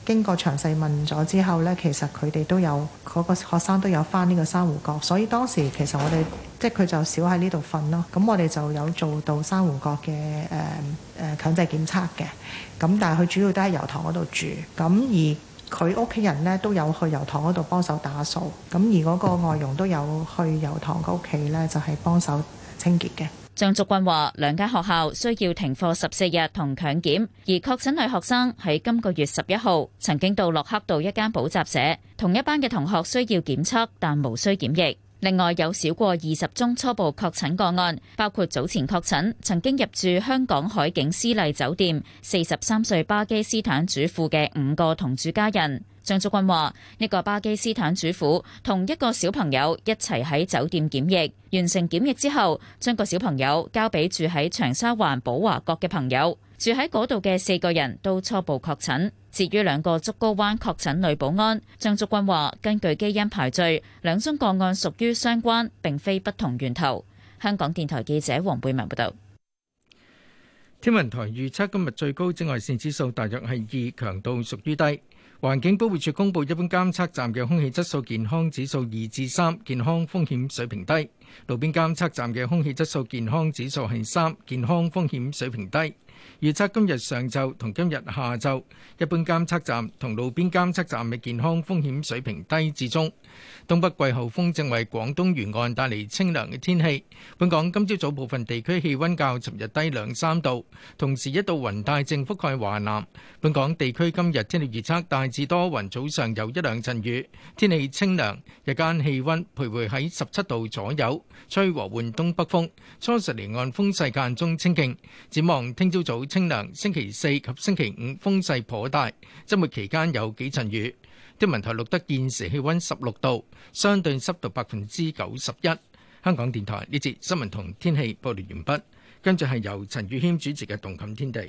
經過詳細問咗之後呢，其實佢哋都有嗰個學生都有返呢個珊瑚角，所以當時其實我哋即係佢就少喺呢度瞓咯。咁我哋就有做到珊瑚角嘅誒誒強制檢測嘅。咁但係佢主要都喺油塘嗰度住，咁而佢屋企人呢都有去油塘嗰度幫手打掃，咁而嗰個外傭都有去油塘個屋企呢，就係幫手清潔嘅。 張竹君話：兩間學校需要停課十四日同強檢，而確診女學生喺今個月十一號曾經到洛克道一間補習社，同一班嘅同學需要檢測，但無需檢疫。另外有少過二十宗初步確診個案，包括早前確診曾經入住香港海景絲麗酒店四十三歲巴基斯坦主婦嘅五個同住家人。張竹君話：呢個巴基斯坦主婦同一個小朋友一齊喺酒店檢疫，完成檢疫之後，將個小朋友交俾住喺長沙灣寶華閣嘅朋友。住喺嗰度嘅四個人都初步確診。至於兩個竹篙灣確診女保安，張竹君話：根據基因排序，兩宗個案屬於相關，並非不同源頭。香港電台記者黃貝文報道。 天文台預測今日最高紫外線指數大約係二，強度屬於低。環境保護署公布一般監測站嘅空氣質素健康指數二至三，健康風險水平低；路邊監測站嘅空氣質素健康指數係三，健康風險水平低。預測今日上晝同今日下晝，一般監測站同路邊監測站嘅健康風險水平低至中。東北季候風正為廣東沿岸帶嚟清涼嘅天氣。本港今朝早部分地區氣溫較尋日低兩三度，同時一道雲帶正覆蓋華南。本港地區今日天氣預測大致多雲，早上有一兩陣雨，天氣清涼，日間氣溫徘徊喺十七度左右，吹和緩東北風，初時離岸風勢間中清勁。展望聽朝早清涼，星期四及星期五風勢頗大，週末期間有幾陣雨。天文台錄得現時氣溫十六度，相對濕度百分之九十一。香港電台呢節新聞同天氣報道完畢，跟住係由陳宇謙主持嘅《動感天地》。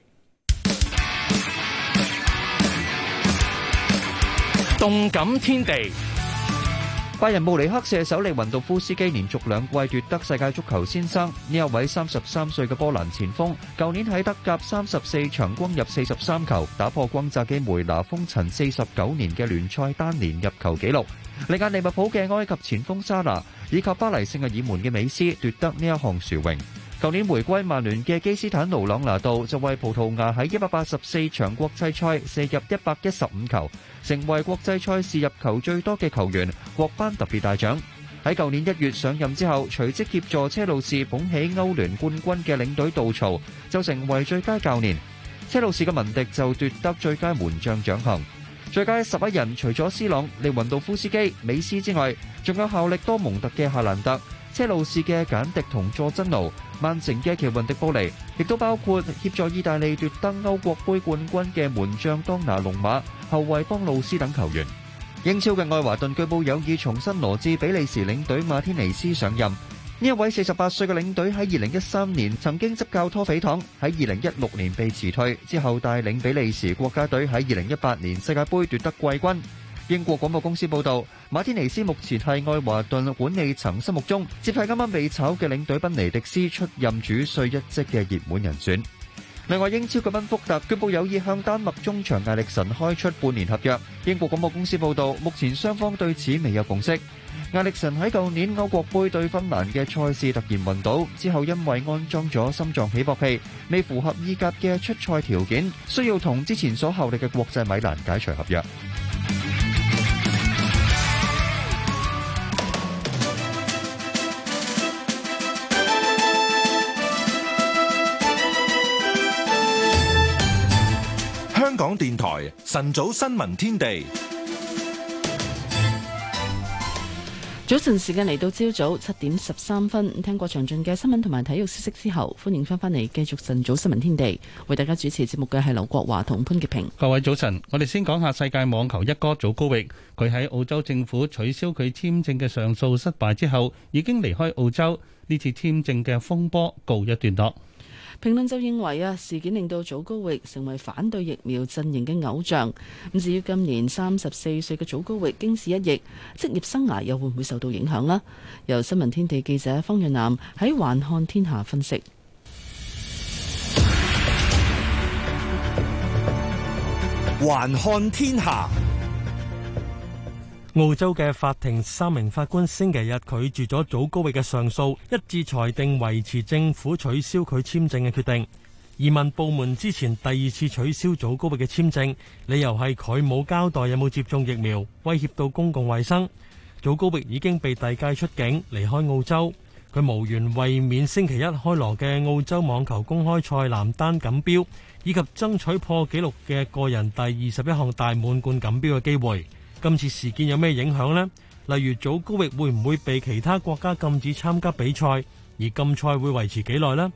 動感天地。 拜仁慕尼黑射手利雲道夫斯基連續兩季奪得世界足球先生。呢一位三十三歲嘅波蘭前鋒，舊年喺德甲三十四場攻入四十三球，打破轟炸機梅拿封塵四十九年嘅聯賽單年入球紀錄。力壓利物浦嘅埃及前鋒沙拿以及巴黎聖日耳門嘅美斯奪得呢一項殊榮。舊年回歸曼聯嘅基斯坦奴朗拿度就為葡萄牙喺一百八十四場國際賽射入一百一十五球，成為國際賽事入球最多嘅球員，獲頒特別大獎。喺舊年一月上任之後，隨即協助車路士捧起歐聯冠軍嘅領隊杜曹就成為最佳教練。車路士嘅文迪就奪得最佳門將獎項。最佳十一人除咗斯朗、利雲道夫斯基、美斯之外，仲有效力多蒙特嘅夏蘭特、車路士嘅簡迪同佐真奴、曼城嘅奇雲迪布尼，亦都包括協助意大利奪得歐國杯冠軍嘅門將當拿龍馬、後衛邦路斯等球員。英超嘅愛華頓據報有意重新羅致比利時領隊馬天尼斯上任。呢一位四十八歲嘅領隊喺二零一三年曾經執教拖肥糖，喺二零一六年被辭退，之後帶領比利時國家隊喺二零一八年世界盃奪得季軍。英國廣播公司報道，馬天尼斯目前係愛華頓管理層心目中接替啱啱被炒嘅領隊賓尼迪斯出任主帥一職嘅熱門人選。另外，英超嘅賓福特據報有意向丹麥中場艾力神開出半年合約。英國廣播公司報道，目前雙方對此未有共識。艾力神喺舊年歐國杯對芬蘭嘅賽事突然暈倒，之後因為安裝咗心臟起搏器，未符合意甲嘅出賽條件，需要同之前所效力嘅國際米蘭解除合約。 香港電台晨早新聞天地。 早晨時間嚟到朝早七點十三分，聽過詳盡嘅新聞同埋體育消息之後，歡迎翻返嚟繼續晨早新聞天地，為大家主持節目嘅係劉國華同潘潔平。 各位早晨，我哋先講下世界網球一哥祖高域，佢喺澳洲政府取消佢簽證嘅上訴失敗之後，已經離開澳洲，呢次簽證嘅風波告一段落。 評論就認為啊，事件令到祖高域成為反對疫苗陣營嘅偶像。咁至於今年三十四歲嘅祖高域經此一役，職業生涯又會唔會受到影響呢？由新聞天地記者方潤南喺環看天下分析。 環看天下。澳洲嘅法庭三名法官星期日拒絕咗祖高域嘅上訴，一致裁定維持政府取消佢簽證嘅決定。移民部門之前第二次取消祖高域嘅簽證，理由係佢冇交代有冇接種疫苗，威脅到公共衛生。祖高域已經被遞解出境，離開澳洲。佢無緣衛冕星期一開鑼嘅澳洲網球公開賽男單錦標，以及爭取破紀錄嘅個人第二十一項大滿貫錦標嘅機會。今次事件有咩影響呢？例如祖高域會唔會被其他國家禁止參加比賽，而禁賽會維持幾耐呢？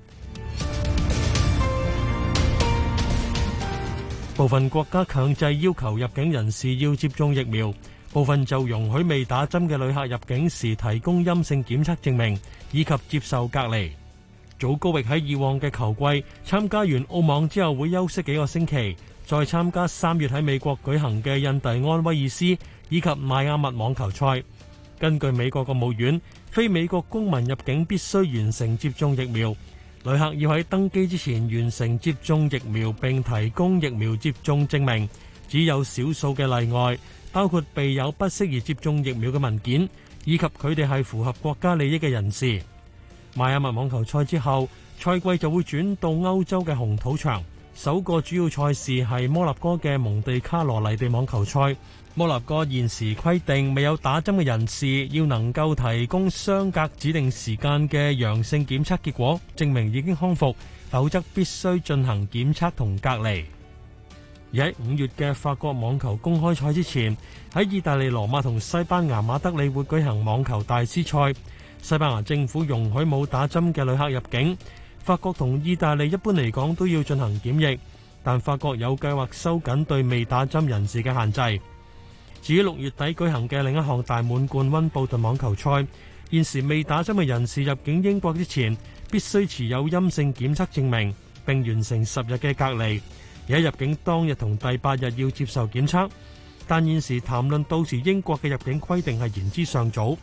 部分國家強制要求入境人士要接種疫苗，部分就容許未打針嘅旅客入境時提供陰性檢測證明，以及接受隔離。祖高域喺以往嘅球季參加完澳網之後會休息幾個星期，再參加三月喺美國舉行嘅印第安威爾斯以及邁阿密網球賽。根據美國國務院，非美國公民入境必須完成接種疫苗，旅客要喺登機之前完成接種疫苗並提供疫苗接種證明，只有少數嘅例外，包括備有不適宜接種疫苗嘅文件，以及佢哋係符合國家利益嘅人士。邁阿密網球賽之後，賽季就會轉到歐洲嘅紅土場。首個主要賽事係摩納哥嘅蒙地卡羅泥地網球賽。摩納哥現時規定，未有打針嘅人士要能夠提供相隔指定時間嘅陽性檢測結果，證明已經康復，否則必須進行檢測同隔離。而喺五月嘅法國網球公開賽之前，喺意大利羅馬同西班牙馬德里會舉行網球大師賽。西班牙政府容許冇打針嘅旅客入境。法國同意大利一般嚟講都要進行檢疫，但法國有計劃收緊對未打針人士嘅限制。至於六月底舉行嘅另一項大滿貫溫布頓網球賽，現時未打針嘅人士入境英國之前，必須持有陰性檢測證明，並完成十日嘅隔離，而喺入境當日同第八日要接受檢測。但現時談論到時英國嘅入境規定係言之尚早。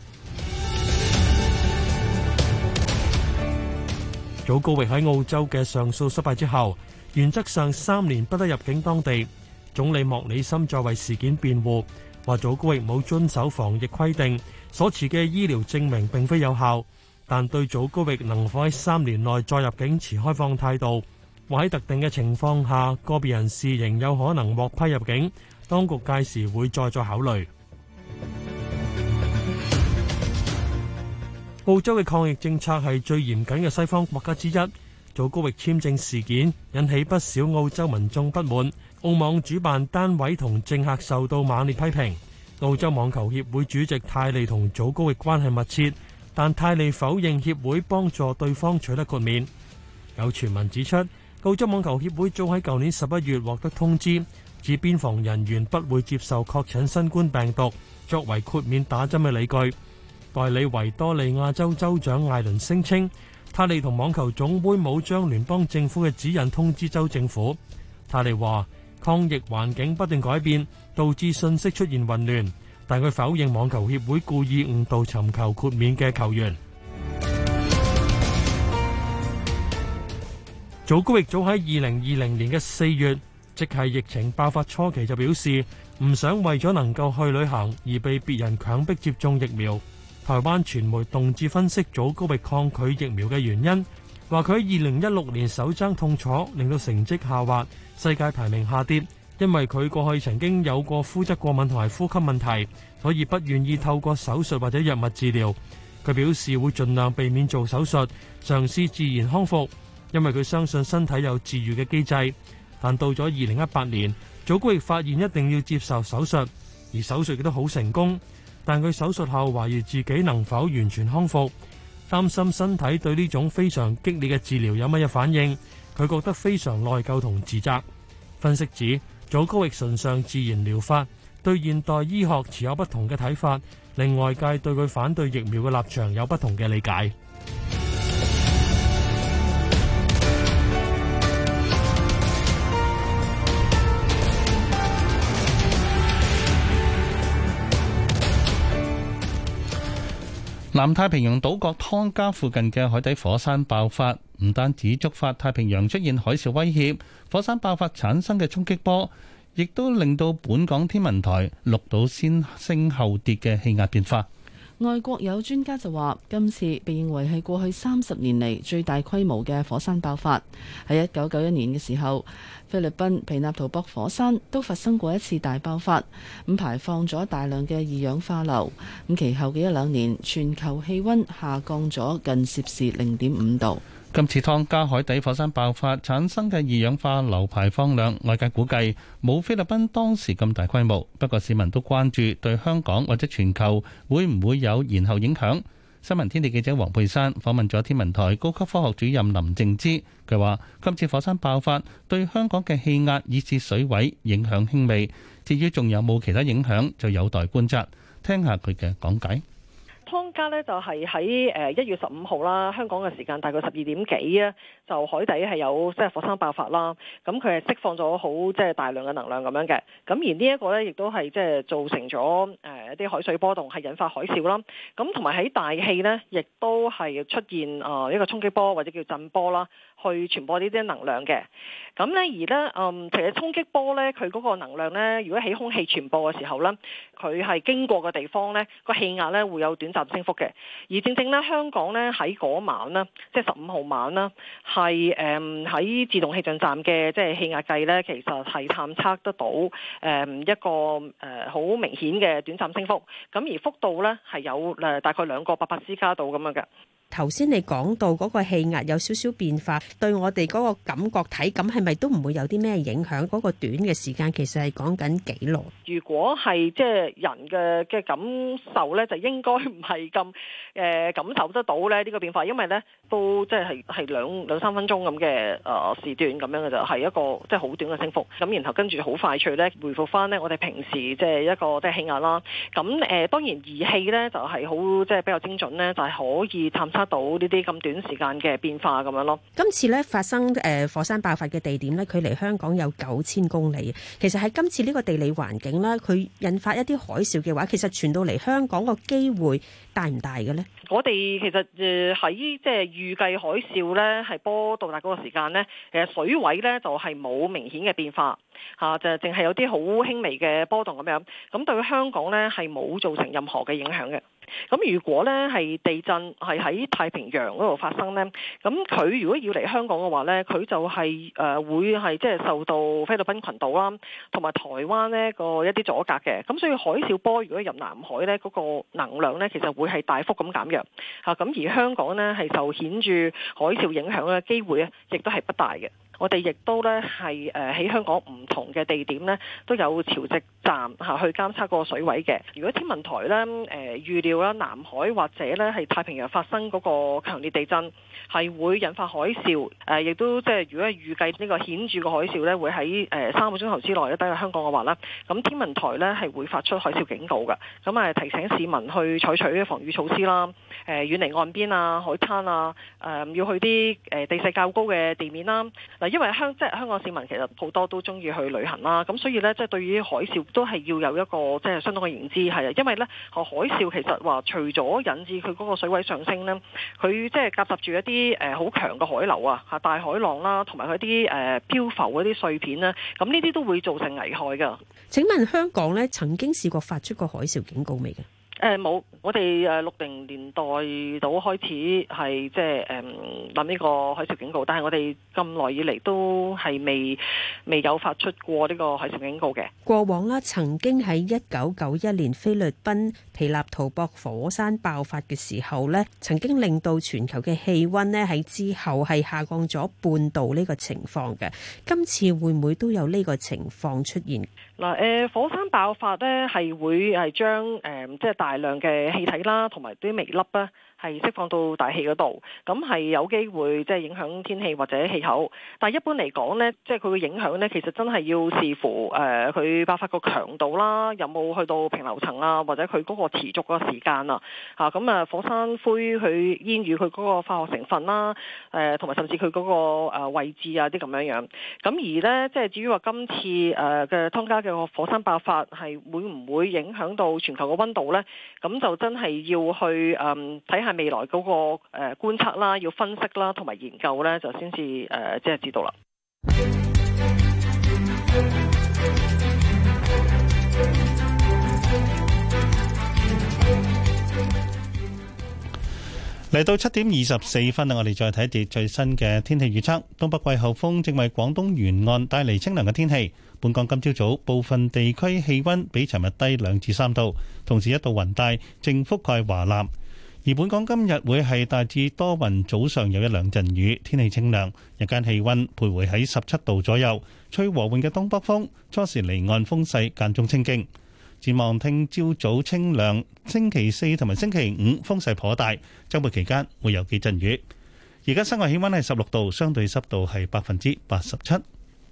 祖高域喺澳洲嘅上訴失敗之後，原則上三年不得入境當地。總理莫里森再為事件辯護，話祖高域冇遵守防疫規定，所持嘅醫療證明並非有效，但對祖高域能否喺三年內再入境持開放態度，話喺特定嘅情況下，個別人士仍有可能獲批入境，當局屆時會再作考慮。澳洲嘅抗疫政策係最嚴謹嘅西方國家之一。祖高域簽證事件引起不少澳洲民眾不滿，澳網主辦單位同政客受到猛烈批評。澳洲網球協會主席泰利同祖高域關係密切，但泰利否認協會幫助對方取得豁免。有傳聞指出，澳洲網球協會早喺舊年十一月獲得通知，指邊防人員不會接受確診新冠病毒作為豁免打針嘅理據。代理維多利亞州州長艾倫聲稱，泰利同網球總會冇將聯邦政府嘅指引通知州政府。泰利話，抗疫環境不斷改變，導致信息出現混亂，但佢否認網球協會故意誤導尋求豁免嘅球員。祖高域早喺二零二零年嘅四月，即係疫情爆發初期就表示唔想為咗能夠去旅行而被別人強迫接種疫苗。台灣傳媒動志分析祖高域抗拒疫苗嘅原因，話佢喺二零一六年手踭痛楚，令到成績下滑，世界排名下跌。因為佢過去曾經有過膚質過敏同埋呼吸問題，所以不願意透過手術或者藥物治療。佢表示會盡量避免做手術，嘗試自然康復，因為佢相信身體有治癒嘅機制。但到咗二零一八年，祖高域發現一定要接受手術，而手術亦都好成功。但佢手術後懷疑自己能否完全康復，擔心身體對呢種非常激烈嘅治療有乜嘢反應。佢覺得非常內疚同自責。分析指，祖高域崇尚自然療法，對現代醫學持有不同嘅睇法，令外界對佢反對疫苗嘅立場有不同嘅理解。 南太平洋島國湯加附近嘅海底火山爆發，唔單止觸發太平洋出現海嘯威脅，火山爆發產生嘅衝擊波亦都令到本港天文台錄到先升後跌嘅氣壓變化。 外國有專家就話，今次被認為係過去三十年嚟最大規模嘅火山爆發。喺一九九一年嘅時候，菲律賓皮納圖博火山都發生過一次大爆發，咁排放咗大量嘅二氧化硫。咁其後嘅一兩年，全球氣溫下降咗近攝氏零點五度。 今次湯加海底火山爆發產生嘅二氧化硫排放量，外界估計冇菲律賓當時咁大規模。不過市民都關注對香港或者全球會唔會有延後影響。新聞天地記者黃佩珊訪問咗天文台高級科學主任林靜芝，佢話今次火山爆發對香港嘅氣壓以至水位影響輕微，至於仲有冇其他影響就有待觀察。聽下佢嘅講解。 湯加呢就係喺誒一月十五號啦，香港嘅時間大概十二點幾啊，就海底係有即係火山爆發啦。咁佢係釋放咗好即係大量嘅能量咁樣嘅。咁而呢一個呢，亦都係即係造成咗誒一啲海水波動，係引發海嘯啦。咁同埋喺大氣呢，亦都係出現啊一個衝擊波或者叫震波啦，去傳播呢啲能量嘅。咁呢，而呢，嗯，其實衝擊波呢，佢嗰個能量呢，如果喺空氣傳播嘅時候呢，佢係經過嘅地方呢，個氣壓呢會有短暫升幅嘅。而正正呢，香港呢喺嗰晚呢，即係十五號晚啦，係誒喺自動氣象站嘅即係氣壓計呢，其實係探測得到誒、嗯、一個誒好、呃、明顯嘅短暫升幅。咁而幅度呢，係有誒大概兩個八百斯加度咁樣嘅。 頭先你講到嗰個氣壓有少少變化，對我哋嗰個感覺體感係咪都唔會有啲咩影響？嗰個短嘅時間其實係講緊幾耐？ 如果係即係人嘅嘅感受咧，就應該唔係咁誒感受得到咧呢個變化，因為咧都即係係係兩兩三分鐘咁嘅誒時段咁樣嘅就係一個即係好短嘅升幅。咁然後跟住好快脆咧回復翻咧我哋平時即係一個即係氣壓啦。咁誒當然儀器咧就係好即係比較精準咧，就係可以探測到呢啲咁短時間嘅變化咁樣咯。 今次咧發生誒火山爆發嘅地點咧，距離香港有九千公里。其實喺今次呢個地理環境咧，佢引發一啲海嘯嘅話，其實傳到嚟香港個機會大唔大嘅咧？ 我哋其實誒喺即係預計海嘯咧係波到達嗰個時間咧，誒水位咧就係冇明顯嘅變化嚇，就淨係有啲好輕微嘅波動咁樣。咁對香港咧係冇造成任何嘅影響嘅。咁如果咧係地震係喺太平洋嗰度發生咧，咁佢如果要嚟香港嘅話咧，佢就係誒會係即係受到菲律賓群島啦，同埋台灣呢個一啲阻隔嘅。咁所以海嘯波如果入南海咧，嗰個能量咧其實會係大幅咁減弱嚇。咁而香港呢係受顯著海嘯影響嘅機會咧，亦都係不大嘅。我哋亦都咧係誒喺香港唔同嘅地點咧都有潮汐站嚇去監測個水位嘅。如果天文台咧誒預料啦南海或者咧係太平洋發生嗰個強烈地震係會引發海嘯，誒亦都即係如果係預計呢個顯著嘅海嘯咧會喺誒三個鐘頭之內咧抵達香港嘅話咧，咁天文台咧係會發出海嘯警告嘅。咁啊提醒市民去採取防禦措施啦，誒遠離岸邊啊、海灘啊，誒要去啲誒地勢較高嘅地面啦。因為香即係香港市民其實好多都中意去旅行啦，咁所以咧即係對於海嘯都係要有一個即係相當嘅認知係啊，因為咧海嘯其實話除咗引致佢嗰個水位上升咧，佢即係夾雜住一啲誒好強嘅海流啊、嚇大海浪啦，同埋佢啲誒漂浮嗰啲碎片咧，咁呢啲都會造成危害㗎。 請問香港咧曾經試過發出過海嘯警告未嘅？ 誒冇、呃，我哋誒六零年代到開始係即係誒諗呢個海嘯警告，但係我哋咁耐以嚟都係未未有發出過呢個海嘯警告嘅。 過往啦，曾經喺一九九一年菲律賓皮納圖博火山爆發嘅時候咧，曾經令到全球嘅氣温咧喺之後係下降咗半度呢個情況嘅。今次會唔會都有呢個情況出現？ 嗱誒，火山爆發咧係會係將誒即係大量嘅氣體啦，同埋啲微粒咧，係釋放到大氣嗰度，咁係有機會即係影響天氣或者氣候。但係一般嚟講呢，即係佢嘅影響呢，其實真係要視乎誒佢、呃、爆發個強度啦，有冇去到平流層啊，或者佢嗰個持續個時間啊，嚇咁啊火山灰佢煙雨佢嗰個化學成分啦，誒同埋甚至佢嗰個位置啊啲咁樣樣。咁而呢，即係至於話今次誒嘅湯加嘅火山爆發係會唔會影響到全球嘅溫度呢？咁就真係要去誒睇下未來嗰個誒觀測啦，要分析啦，同埋研究咧，就先至誒即係知道啦。 嚟到七點二十四分啦，我哋再睇一節最新嘅天氣預測。東北季候風正為廣東沿岸帶嚟清涼嘅天氣。本港今朝早部分地區氣溫比尋日低兩至三度，同時一道雲帶正覆蓋華南。而本港今日會係大致多雲，早上有一兩陣雨，天氣清涼，日間氣溫徘徊喺十七度左右，吹和緩嘅東北風，初時離岸風勢間中清勁。展望聽朝早清涼，星期四同埋星期五風勢頗大，週末期間會有幾陣雨。而家室外氣溫係十六度，相對濕度係百分之八十七。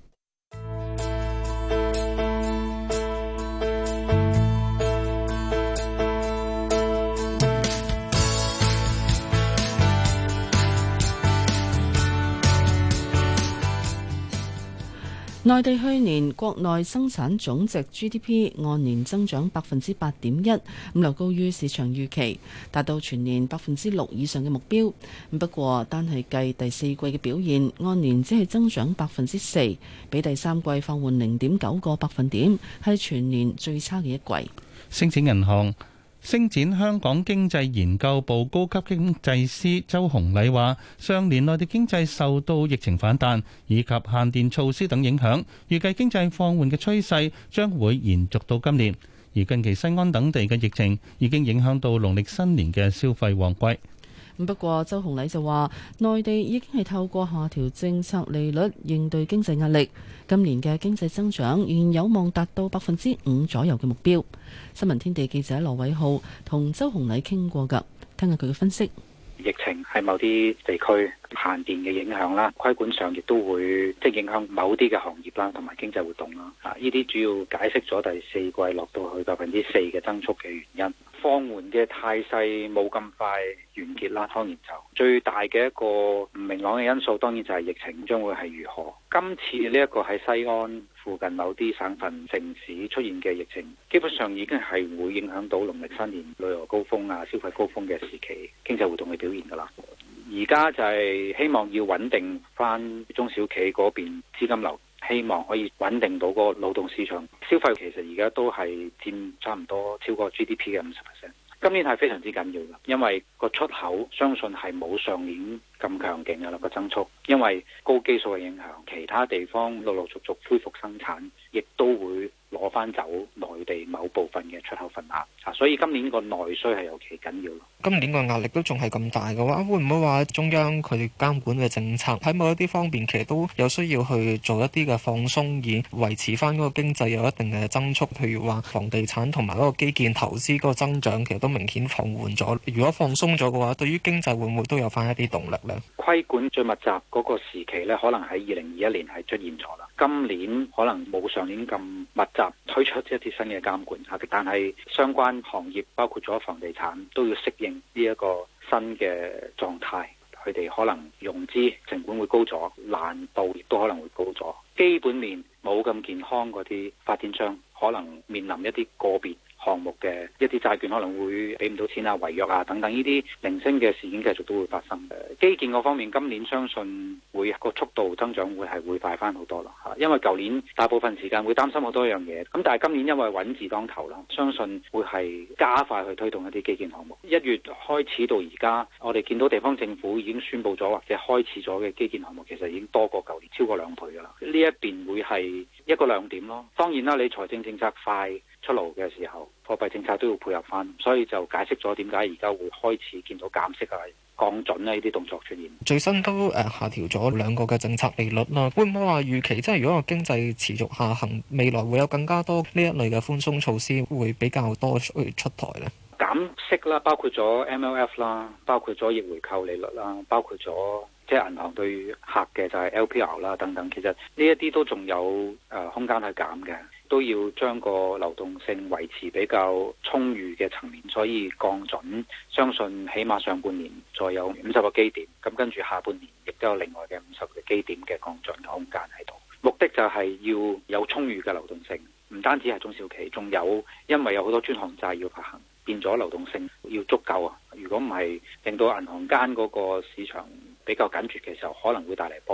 內地去年國內生產總值 G D P 按年增長百分之八點一，咁略高於市場預期，達到全年百分之六以上嘅目標。不過單係計第四季嘅表現，按年只係增長百分之四，比第三季放緩零點九個百分點，係全年最差嘅一季。 星展銀行星展香港經濟研究部高級經濟師周洪禮話，上年內地經濟受到疫情反彈以及限電措施等影響，預計經濟放緩嘅趨勢將會延續到今年。而近期西安等地嘅疫情已經影響到農曆新年嘅消費旺季。 不過周洪禮就話，內地已經係透過下調政策利率應對經濟壓力，今年嘅經濟增長仍然有望達到百分之五左右嘅目標。新聞天地記者羅偉浩同周洪禮傾過㗎，聽下佢嘅分析。 疫情喺某啲地區限電嘅影響啦，規管上亦都會即係影響某啲嘅行業啦，同埋經濟活動啦。啊，呢啲主要解釋咗第四季落到去百分之四嘅增速嘅原因。放緩嘅態勢冇咁快完結啦，當然就最大嘅一個唔明朗嘅因素，當然就係疫情將會係如何。今次呢一個喺西安附近某啲省份城市出現嘅疫情，基本上已經係會影響到農曆新年旅遊高峰啊、消費高峰嘅時期經濟活動嘅表現㗎啦。而家就係希望要穩定翻中小企嗰邊資金流，希望可以穩定到個勞動市場消費，其實而家都係佔差唔多超過 G D P 嘅五十 percent。今年係非常之緊要嘅，因為個出口相信係冇上年咁強勁嘅啦個增速，因為高基數嘅影響，其他地方陸陸續續恢復生產，亦都會攞翻走內地某部分嘅出口份額啊，所以今年個內需係尤其緊要。 今年個壓力都仲係咁大嘅話，會唔會話中央佢哋監管嘅政策喺某一啲方面其實都有需要去做一啲嘅放鬆，以維持翻嗰個經濟有一定嘅增速？譬如話房地產同埋嗰個基建投資嗰個增長其實都明顯放緩咗。如果放鬆咗嘅話，對於經濟會唔會都有翻一啲動力呢？ 規管最密集嗰個時期呢，可能喺二零二一年係出現咗啦。今年可能冇上年咁密集推出一啲新嘅監管，但係相關行業包括咗房地產都要適應呢一個新嘅狀態，佢哋可能融資成本會高咗，難度亦都可能會高咗。基本面冇咁健康嗰啲發展商，可能面臨一啲個別項目嘅一啲債券可能會俾唔到錢啊、違約啊等等，呢啲零星嘅事件繼續都會發生。基建嗰方面，今年相信會個速度增長會係會快翻好多啦嚇，因為舊年大部分時間會擔心好多樣嘢，咁但係今年因為穩字當頭啦，相信會係加快去推動一啲基建項目。一月開始到而家，我哋見到地方政府已經宣布咗或者開始咗嘅基建項目，其實已經多過舊年超過兩倍噶啦。呢一邊會係一個亮點咯。當然啦，你財政政策快出爐嘅時候，貨幣政策都要配合翻，所以就解釋咗點解而家會開始見到減息啊、降準啊呢啲動作出現。 最新都誒下調咗兩個嘅政策利率啦，會唔會話預期即係如果個經濟持續下行，未來會有更加多呢一類嘅寬鬆措施會比較多出出台呢？ 減息啦，包括咗 M L F 啦，包括咗逆回購利率啦，包括咗即係銀行對客嘅就係 L P R 啦等等，其實呢一啲都仲有誒空間去減嘅。都要將個流動性維持比較充裕嘅層面，所以降準相信起碼上半年再有五十個基點，咁跟住下半年亦都有另外嘅五十個基點嘅降準嘅空間喺度。目的就係要有充裕嘅流動性，唔單止係中小企，仲有因為有好多專項債要發行，變咗流動性要足夠啊！如果唔係，令到銀行間嗰個市場比較緊絀嘅時候，可能會帶嚟波動。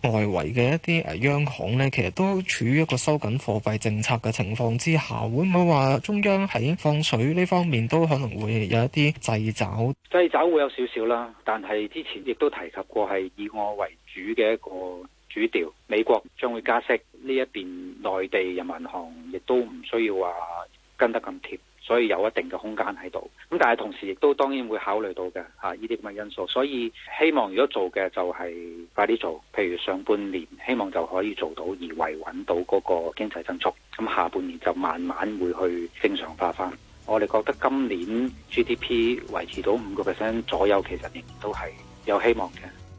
外圍嘅一啲誒央行呢，其實都處於一個收緊貨幣政策嘅情況之下，會唔會話中央喺放水呢方面都可能會有一啲掣肘？ 掣肘會有少少啦，但係之前亦都提及過係以我為主嘅一個主調。美國將會加息，呢一邊內地人民銀行亦都唔需要話跟得咁貼，所以有一定嘅空間喺度。咁但係同時亦都當然會考慮到嘅嚇呢啲咁嘅因素，所以希望如果做嘅就係快啲做，譬如上半年希望就可以做到而維穩到嗰個經濟增速，咁下半年就慢慢會去正常化翻。我哋覺得今年 G D P 維持到五個 percent 左右，其實仍然都係有希望嘅。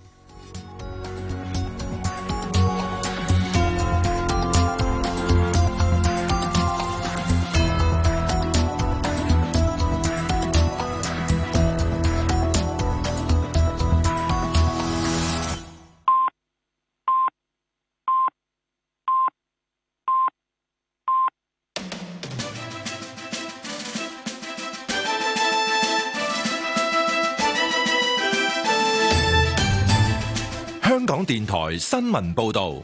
香港電台新聞報道，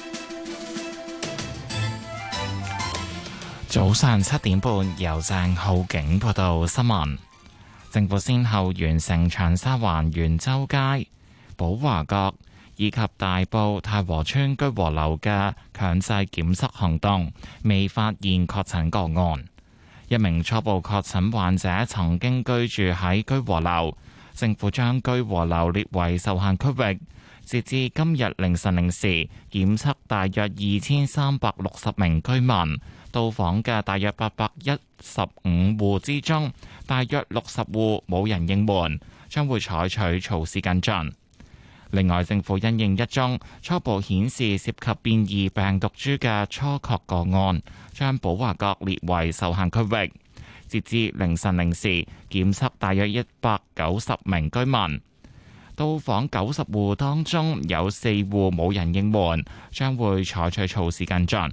早上七點半由鄭浩景報道新聞。政府先後完成長沙灣元州街、寶華閣以及大埔太和邨居和樓嘅強制檢測行動，未發現確診個案。一名初步確診患者曾經居住喺居和樓，政府將居和樓列為受限區域。截至今日凌晨零時，檢測大約二千三百六十名居民，到訪嘅大約八百一十五戶之中，大約六十戶冇人應門，將會採取措施跟進。另外，政府因應一宗初步顯示涉及變異病毒株嘅初確個案，將寶華閣列為受限區域。截至凌晨零時，檢測大約一百九十名居民。到訪九十戶當中有四戶冇人應門，將會採取措施跟進。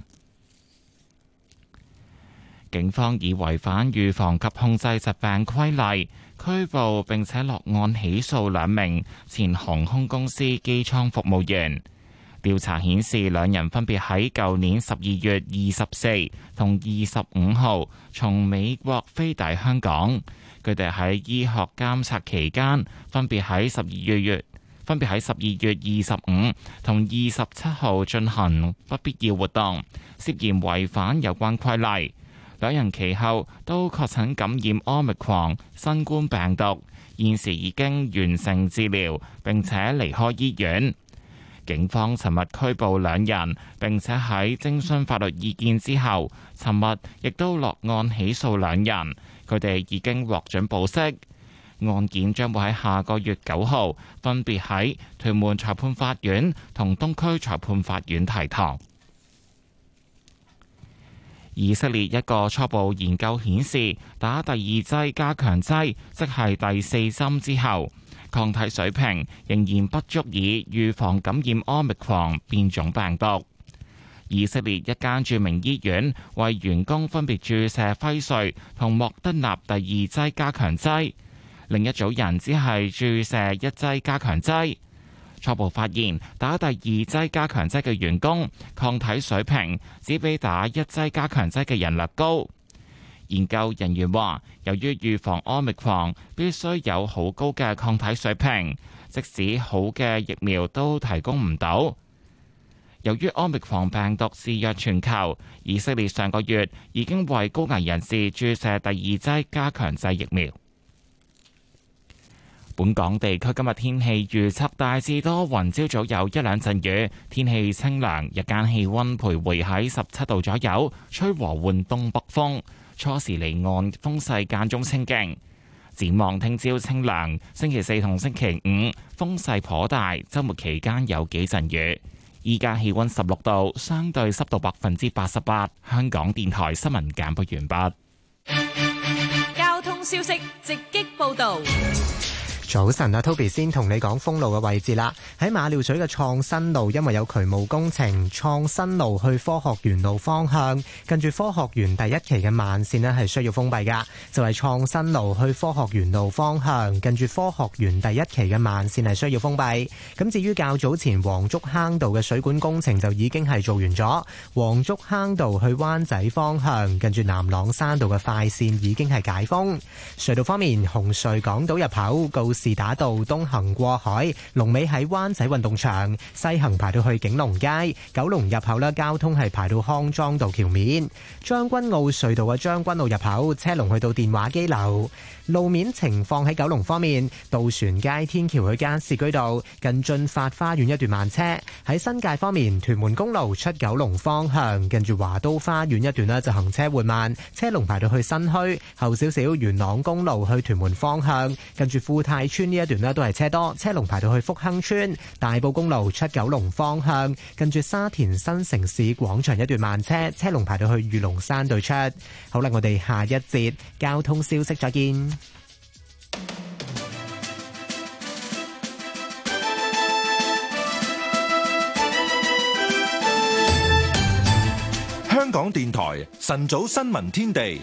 警方以違反預防及控制疾病規例拘捕並且落案起訴兩名前航空公司機艙服務員。調查顯示，兩人分別喺舊年十二月二十四同二十五號從美國飛抵香港。佢哋喺醫學監察期間，分別喺十二月分別喺十二月二十五同二十七號進行不必要活動，涉嫌違反有關規例。兩人其後都確診感染 Omicron 新冠病毒，現時已經完成治療並且離開醫院。警方尋日拘捕兩人，並且喺徵詢法律意見之後，尋日亦都落案起訴兩人。佢哋已經獲准保釋，案件將會喺下個月九號分別喺屯門裁判法院同東區裁判法院提堂。以色列一個初步研究顯示，打第二劑加強劑，即係第四針之後，抗體水平仍然不足以預防感染 Omicron 變種病毒。以色列一間著名醫院為員工分別注射輝瑞同莫德納第二劑加強劑，另一組人只係注射一劑加強劑。初步發現，打第二劑加強劑嘅員工抗體水平只比打一劑加強劑嘅人略高。研究人員話，由於預防 Omicron 必須有好高嘅抗體水平，即使好嘅疫苗都提供唔到。由於 Omicron 病毒肆虐全球，以色列上個月已經為高危人士注射第二劑加強劑疫苗。本港地區今日天氣預測大致多雲，朝早有一兩陣雨，天氣清涼，日間氣溫徘徊喺十七度左右，吹和緩東北風，初時離岸風勢間中清勁。展望聽朝清涼，星期四同星期五風勢頗大，週末期間有幾陣雨。依家氣溫十六度，相對濕度百分之八十八。香港電台新聞簡報完畢。 交通消息直擊報道。 早晨啊 ，Toby 先同你講封路嘅位置啦。喺馬料水嘅創新路，因為有渠務工程，創新路去科學園路方向，近住科學園第一期嘅慢線呢係需要封閉噶。就係創新路去科學園路方向，近住科學園第一期嘅慢線係需要封閉。咁至於較早前黃竹坑道嘅水管工程就已經係做完咗，黃竹坑道去灣仔方向，近住南朗山道嘅快線已經係解封。隧道方面，紅隧港島入口告士打道東行過海，龍尾喺灣仔運動場；西行排到去景隆街。九龍入口咧，交通係排到康莊道橋面。將軍澳隧道嘅將軍澳入口，車龍去到電話機樓。路面情況喺九龍方面，渡船街天橋去加士居道近駿發花園一段慢車。喺新界方面，屯門公路出九龍方向，近住華都花園一段咧就行車緩慢，車龍排到去新墟。後少少元朗公路去屯門方向，近住富泰村呢一段咧都係車多，車龍排到去福亨村。大埔公路出九龍方向，近住沙田新城市廣場一段慢車，車龍排到去御龍山對出。好啦，我哋下一節交通消息再見。 香港電台晨早新聞天地。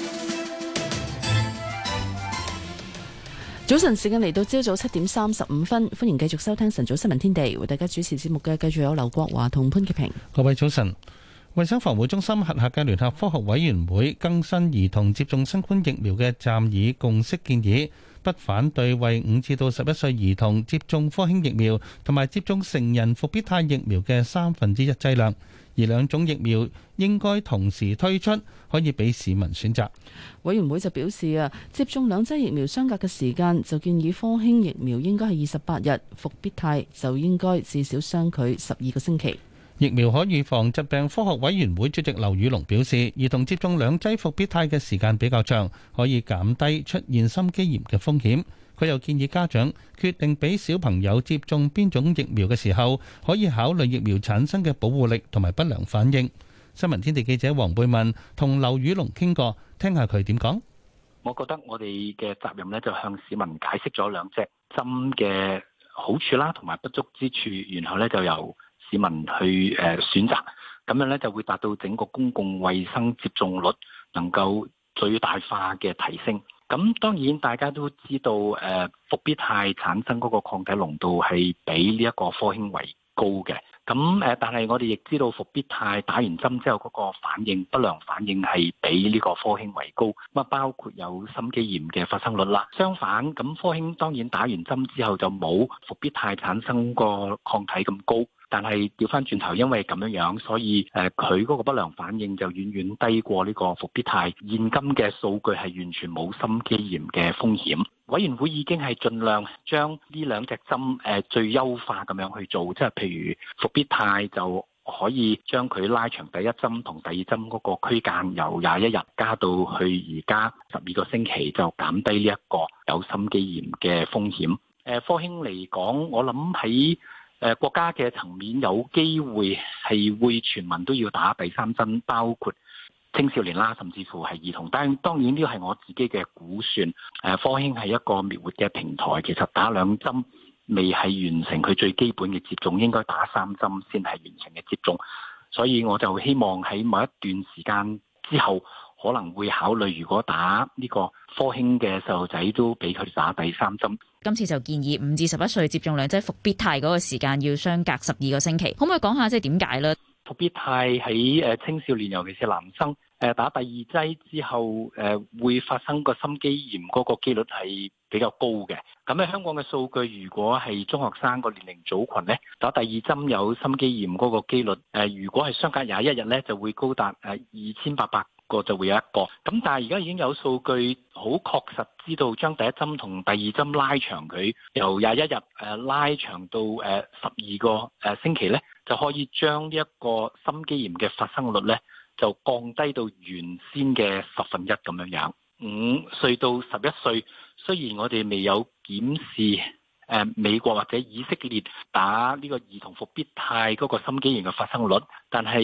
早晨時間嚟到朝早七點三十五分，歡迎繼續收聽晨早新聞天地，為大家主持節目嘅繼續有劉國華同潘潔平。 各位早晨。衛生防護中心轄下嘅聯合科學委員會更新兒童接種新冠疫苗嘅暫議共識建議，不反對為五至到十一歲兒童接種科興疫苗同埋接種成人復必泰疫苗嘅三分之一劑量，而兩種疫苗應該同時推出，可以俾市民選擇。 委員會就表示啊，接種兩劑疫苗相隔嘅時間就建議科興疫苗應該係二十八日，復必泰就應該至少相距十二個星期。 疫苗可預防疾病科學委員會主席劉宇龍表示，兒童接種兩劑復必泰嘅時間比較長，可以減低出現心肌炎嘅風險。佢又建議家長決定俾小朋友接種邊種疫苗嘅時候，可以考慮疫苗產生嘅保護力同埋不良反應。新聞天地記者黃貝文同劉宇龍傾過，聽下佢點講。 我覺得我哋嘅責任呢，就向市民解釋咗兩隻針嘅好處啦，同埋不足之處，然後呢就由市民去誒選擇，咁樣咧就會達到整個公共衛生接種率能夠最大化嘅提升。咁當然大家都知道，誒復必泰產生嗰個抗體濃度係比呢一個科興為高嘅。咁誒，但係我哋亦知道復必泰打完針之後嗰個反應不良反應係比呢個科興為高。咁啊，包括有心肌炎嘅發生率啦。相反，咁科興當然打完針之後就冇復必泰產生個抗體咁高。但係調翻轉頭，因為咁樣樣，所以誒佢嗰個不良反應就遠遠低過呢個復必泰。現今嘅數據係完全冇心肌炎嘅風險。委員會已經係盡量將呢兩隻針誒最優化咁樣去做，即係譬如復必泰就可以將佢拉長第一針同第二針嗰個區間由廿一日加到去而家十二個星期，就減低呢一個有心肌炎嘅風險。誒科興嚟講，我諗喺誒國家嘅層面有機會係會全民都要打第三針，包括青少年啦，甚至乎係兒童。但當然呢個係我自己嘅估算。誒科興係一個滅活嘅平台，其實打兩針未係完成佢最基本嘅接種，應該打三針先係完成嘅接種。所以我就希望喺某一段時間之後，可能會考慮如果打呢個科興嘅細路仔都俾佢打第三針。 今次就建議五至十一歲接種兩劑復必泰嗰個時間要相隔十二個星期，可唔可以講下即係點解呢？ 復必泰喺誒青少年，尤其是男生誒打第二劑之後誒會發生個心肌炎嗰個機率係比較高嘅。咁喺香港嘅數據，如果係中學生個年齡組群咧，打第二針有心肌炎嗰個機率誒，如果係相隔廿一日咧，就會高達誒二千八百個就會有一個。咁但係而家已經有數據好確實知道將第一針同第二針拉長佢，由廿一日誒拉長到誒十二個誒星期咧，就可以將呢一個心肌炎嘅發生率咧就降低到原先嘅十分一咁樣樣。五歲到十一歲，雖然我哋未有檢視誒美國或者以色列打呢個兒童復必泰嗰個心肌炎嘅發生率，但係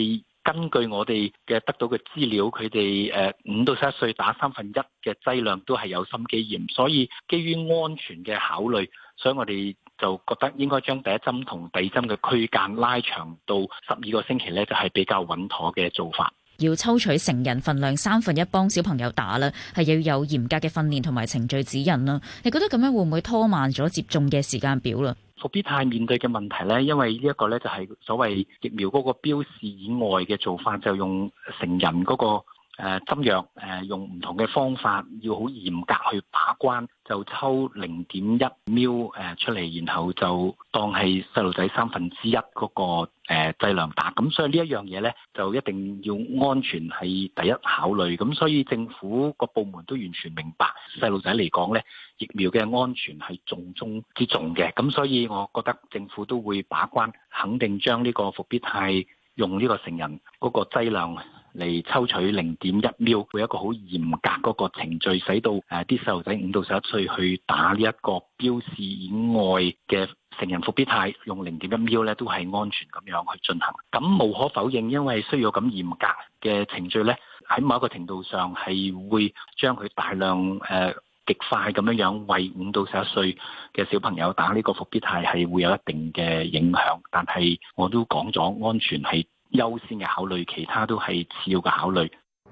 根據我哋嘅得到嘅資料，佢哋誒五到十一歲打三分一嘅劑量都係有心肌炎，所以基於安全嘅考慮，所以我哋就覺得應該將第一針同第二針嘅區間拉長到十二個星期呢，就係比較穩妥嘅做法。 要抽取成人份量三分一幫小朋友打啦，係要有嚴格嘅訓練同埋程序指引啦。你覺得咁樣會唔會拖慢咗接種嘅時間表啦？ 復必泰面對嘅問題呢，因為呢一個呢就係所謂疫苗嗰個標示以外嘅做法，就用成人嗰個誒針藥誒用唔同嘅方法，要好嚴格去把關，就抽零點一 ml 誒出嚟，然後就當係細路仔三分之一嗰個誒劑量打。咁所以呢一樣嘢呢，就一定要安全係第一考慮。咁所以政府個部門都完全明白，細路仔嚟講呢，疫苗嘅安全係重中之重嘅。咁所以我覺得政府都會把關，肯定將呢個復必泰用呢個成人嗰個劑量嚟抽取零點一 ml，會有一個好嚴格嗰個程序，使到誒啲細路仔五到十一歲去打呢一個標示以外嘅成人復必泰用零點一 ml 咧，都係安全咁樣去進行。咁無可否認，因為需要咁嚴格嘅程序咧，喺某一個程度上係會將佢大量誒極快咁樣樣為五到十一歲嘅小朋友打呢個復必泰係會有一定嘅影響。但係我都講咗，安全係優先嘅考慮，其他都係次要嘅考慮。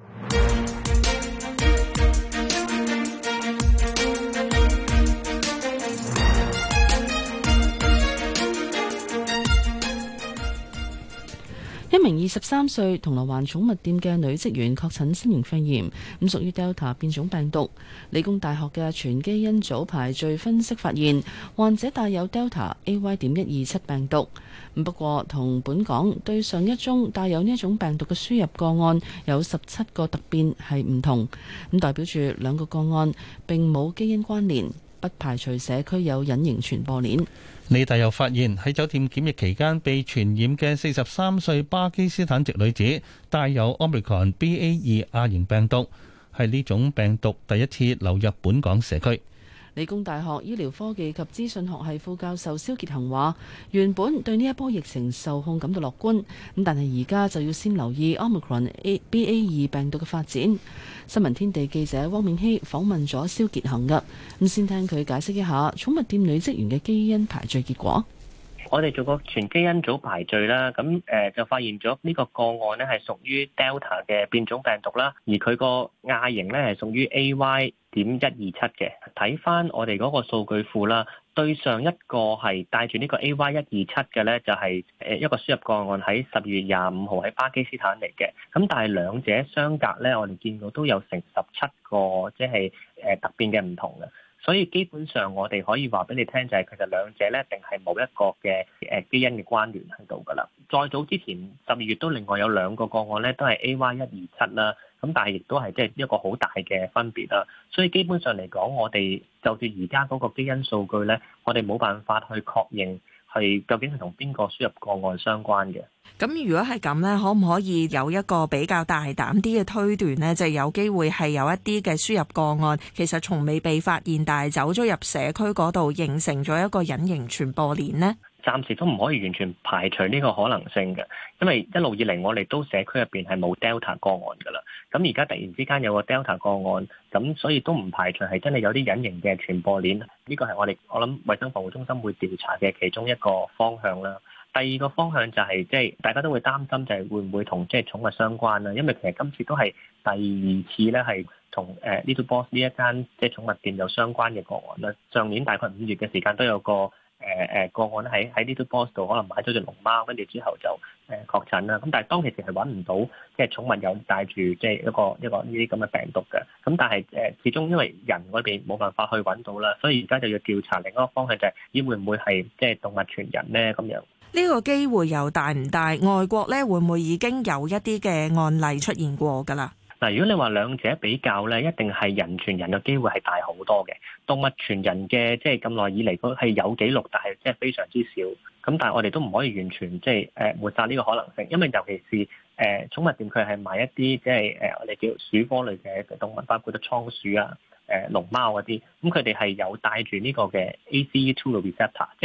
一名二十三歲銅鑼灣寵物店嘅女職員確診新型肺炎，咁屬於 Delta 變種病毒。理工大學嘅全基因組排序分析發現，患者帶有 Delta A Y 點一二七病毒。不過同本港對上一宗帶有呢一種病毒嘅輸入個案有十七個突變係唔同，咁代表住兩個個案並冇基因關聯，不排除社區有隱形傳播鏈。 理大又發現喺酒店檢疫期間被傳染嘅四十三歲巴基斯坦籍女子帶有 Omicron B A 二亞型病毒，係呢種病毒第一次流入本港社區。 理工大學醫療科技及資訊學系副教授蕭傑恒話，原本對呢一波疫情受控感到樂觀，咁但係而家就要先留意 Omicron B A 二病毒嘅發展。新聞天地記者汪勉希訪問咗蕭傑恒㗎，咁先聽佢解釋一下寵物店女職員嘅基因排序結果。 我哋做過全基因組排序啦，咁誒、呃、就發現咗呢個個案咧係屬於 Delta 嘅變種病毒啦，而佢個亞型咧係屬於 A Y 點一二七嘅。睇翻我哋嗰個數據庫啦，對上一個係帶住呢個 A Y 一二七嘅咧，就係誒一個輸入個案喺十二月廿五號喺巴基斯坦嚟嘅。咁但係兩者相隔咧，我哋見到都有成十七個即係誒突變嘅唔同嘅。所以基本上我哋可以話俾你聽，就係其實兩者咧，定係冇一個嘅誒基因嘅關聯喺度噶啦。再早之前十二月都另外有兩個個案咧，都係 A Y 一二七啦，咁但係亦都係即係一個好大嘅分別啦。所以基本上嚟講，我哋就算而家嗰個基因數據咧，我哋冇辦法去確認係究竟係同邊個輸入個案相關嘅。 咁如果係咁呢，可唔可以有一個比較大膽啲嘅推斷呢？就係有機會係有一啲嘅輸入個案，其實從未被發現，但係走咗入社區嗰度，形成咗一個隱形傳播鏈呢？ 暫時都唔可以完全排除呢個可能性嘅，因為一路以嚟我哋都社區入邊係冇 Delta 個案㗎啦。咁而家突然之間有個 Delta 個案，咁所以都唔排除係真係有啲隱形嘅傳播鏈。呢個係我哋我諗衞生防護中心會調查嘅其中一個方向啦。第二個方向就係即係大家都會擔心就係會唔會同即係寵物相關啦，因為其實今次都係第二次咧係同誒 Little Boss 呢一間即係寵物店有相關嘅個案啦。上年大概五月嘅時間都有個誒誒個案喺喺 Little Boss 度可能買咗隻龍貓，跟住之後就誒確診啦。咁但係當其時係揾唔到即係寵物有帶住即係一個一個呢啲咁嘅病毒嘅。咁但係誒始終因為人嗰邊冇辦法去揾到啦，所以而家就要調查另一個方向就係咦會唔會係即係動物傳人咧咁樣？ 呢個機會又大唔大？外國咧會唔會已經有一啲嘅案例出現過㗎啦？ 嗱，如果你話兩者比較咧，一定係人傳人嘅機會係大好多嘅。動物傳人嘅即係咁耐以嚟，佢係有記錄，但係即係非常之少。咁但係我哋都唔可以完全即係誒抹殺呢個可能性，因為尤其是誒寵物店佢係賣一啲即係誒我哋叫鼠科類嘅動物，包括咗倉鼠啊、誒龍貓嗰啲，咁佢哋係有帶住呢個嘅 A C E two 嘅 receptor，即係話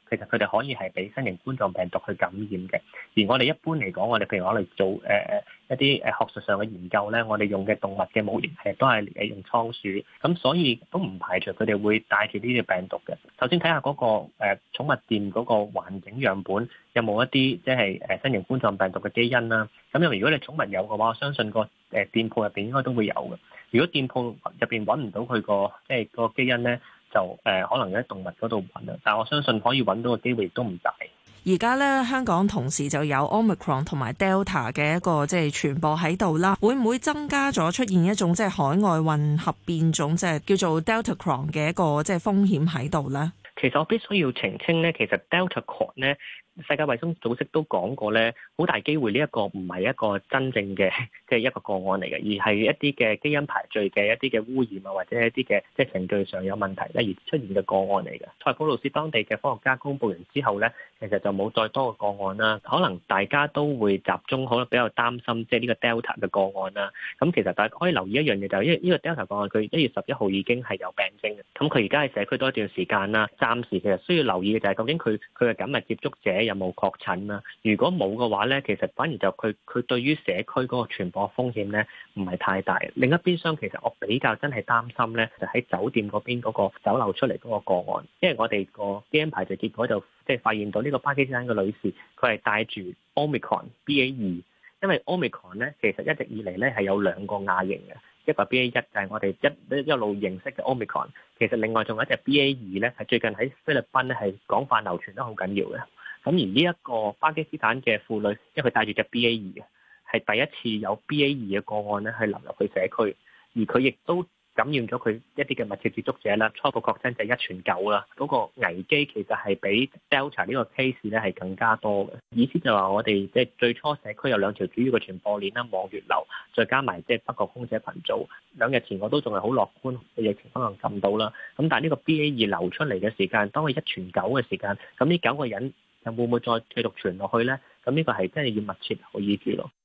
其實佢哋可以係俾新型冠狀病毒去感染嘅。而我哋一般嚟講，我哋譬如我哋做誒誒、呃、一啲誒學術上嘅研究咧，我哋用嘅動物嘅模型係都係誒用倉鼠，咁所以都唔排除佢哋會帶住呢啲病毒嘅。首先睇下嗰個誒、呃、寵物店嗰個環境樣本有冇一啲即係誒新型冠狀病毒嘅基因啦。咁因為如果你寵物有嘅話，我相信個誒店鋪入邊應該都會有嘅。如果店鋪入邊揾唔到佢個即係個基因咧，就誒、呃、可能喺動物嗰度揾啦。但係我相信可以揾到嘅機會亦都唔大。 而家咧，香港同時就有 Omicron 同埋 Delta 嘅一個即係傳播喺度啦，會唔會增加咗出現一種即係海外混合變種，即係叫做 Deltacron 嘅一個即係風險喺度咧？ 其實我必須要澄清咧，其實 Deltacron 咧，世界衛生組織都講過咧，好大機會呢一個唔係一個真正嘅嘅一個個案嚟嘅，而係一啲嘅基因排序嘅一啲嘅污染啊，或者一啲嘅即係程序上有問題咧而出現嘅個案嚟嘅。塞浦路斯當地嘅科學家公佈完之後咧，其實就冇再多個個案啦。可能大家都會集中可能比較擔心即係呢個 Delta 嘅個案啦。咁其實大家可以留意一樣嘢就係，因為呢個 Delta 個案佢一月十一號已經係有病徵嘅，咁佢而家喺社區多一段時間啦。暫時其實需要留意嘅就係究竟佢佢嘅緊密接觸者有冇確診啦？如果冇嘅話咧，其實反而就佢佢對於社區嗰個傳播風險咧唔係太大。另一邊廂其實我比較真係擔心咧，就喺酒店嗰邊嗰個走漏出嚟嗰個個案，因為我哋個基因排序結果就即係發現到呢個巴基斯坦嘅女士佢係帶住 Omicron B A 二，因為 Omicron 咧其實一直以嚟咧係有兩個亞型嘅。一個 B A 一就係我哋一一路認識嘅 Omicron， 其實另外仲有一隻 B A 二咧，係最近喺菲律賓咧係廣泛流傳得好緊要嘅。咁而呢一個巴基斯坦嘅婦女，因為佢帶住隻 B A 二嘅，係第一次有 B A 二嘅個案咧，係流入去社區，而佢亦都感染咗佢一啲嘅密切接觸者啦，初步確診就係一傳九啦。嗰個危機其實係比 Delta 呢個 case 咧係更加多嘅。意思就話我哋即係最初社區有兩條主要嘅傳播鏈啦，望月樓，再加埋即係北角空姐群組。兩日前我都仲係好樂觀，疫情可能撳到啦。咁但係呢個 B A 二流出嚟嘅時間，當佢一傳九嘅時間，咁呢九個人又會唔會再繼續傳落去咧？咁呢個係真係要密切留意住咯。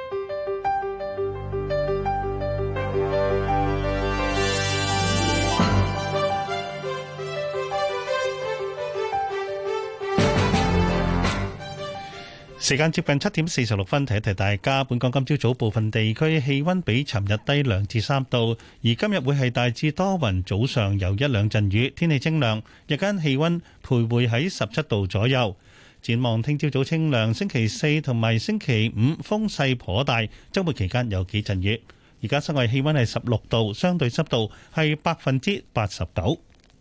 時間接近七點四十六分，提一提大家。本港今朝早部分地區氣溫比尋日低兩至三度，而今日會係大致多雲，早上有一兩陣雨，天氣清涼，日間氣溫徘徊喺十七度左右。展望聽朝早清涼，星期四同埋星期五風勢頗大，周末期間有幾陣雨。而家室外氣溫係十六度，相對濕度係百分之八十九。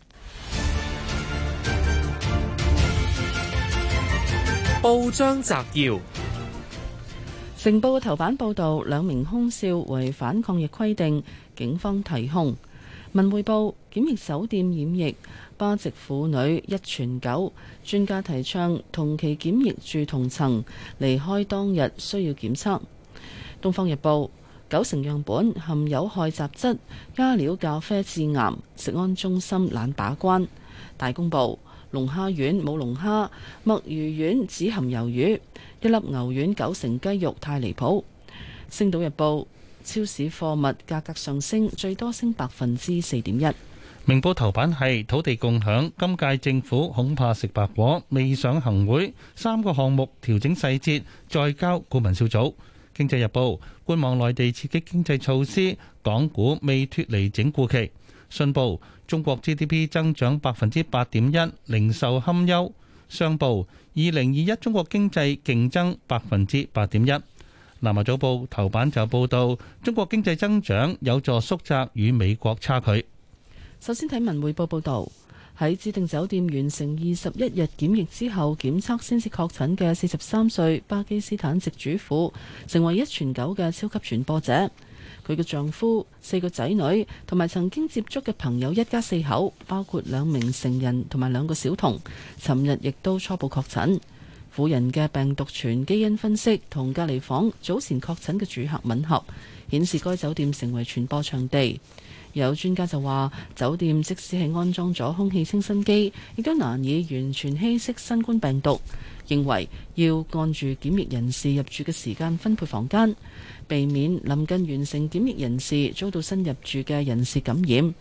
報章摘要： 成報嘅頭版報道兩名空少違反抗疫規定，警方提控。文匯報檢疫酒店染疫，巴籍婦女一傳九，專家提倡同期檢疫住同層，離開當日需要檢測。東方日報九成樣本含有害雜質，加料咖啡致癌，食安中心懶把關。大公報龍蝦丸冇龍蝦，墨魚丸只含魷魚，一粒牛丸九成雞肉太離譜。星島日報超市貨物價格上升，最多升百分之四點一。 明報頭版係土地共享，今屆政府恐怕食白果，未上行會，三個項目調整細節再交顧問小組。經濟日報觀望內地刺激經濟措施，港股未脫離整固期。信報中國 G D P 增長百分之八點一，零售堪憂。商報二零二一中國經濟勁增百分之八點一。南華早報頭版就報道中國經濟增長有助縮窄與美國差距。 首先睇文匯報報道，喺指定酒店完成二十一日檢疫之後檢測先至確診嘅四十三歲巴基斯坦籍主婦，成為一傳九嘅超級傳播者。佢嘅丈夫、四個仔女同埋曾經接觸嘅朋友一家四口，包括兩名成人同埋兩個小童，尋日亦都初步確診。婦人嘅病毒全基因分析同隔離房早前確診嘅住客吻合，顯示該酒店成為傳播場地。有專家就話，酒店即使係安裝咗空氣清新機，亦都難以完全稀釋新冠病毒，認為要按住檢疫人士入住嘅時間分配房間，避免臨近完成檢疫人士遭到新入住嘅人士感染。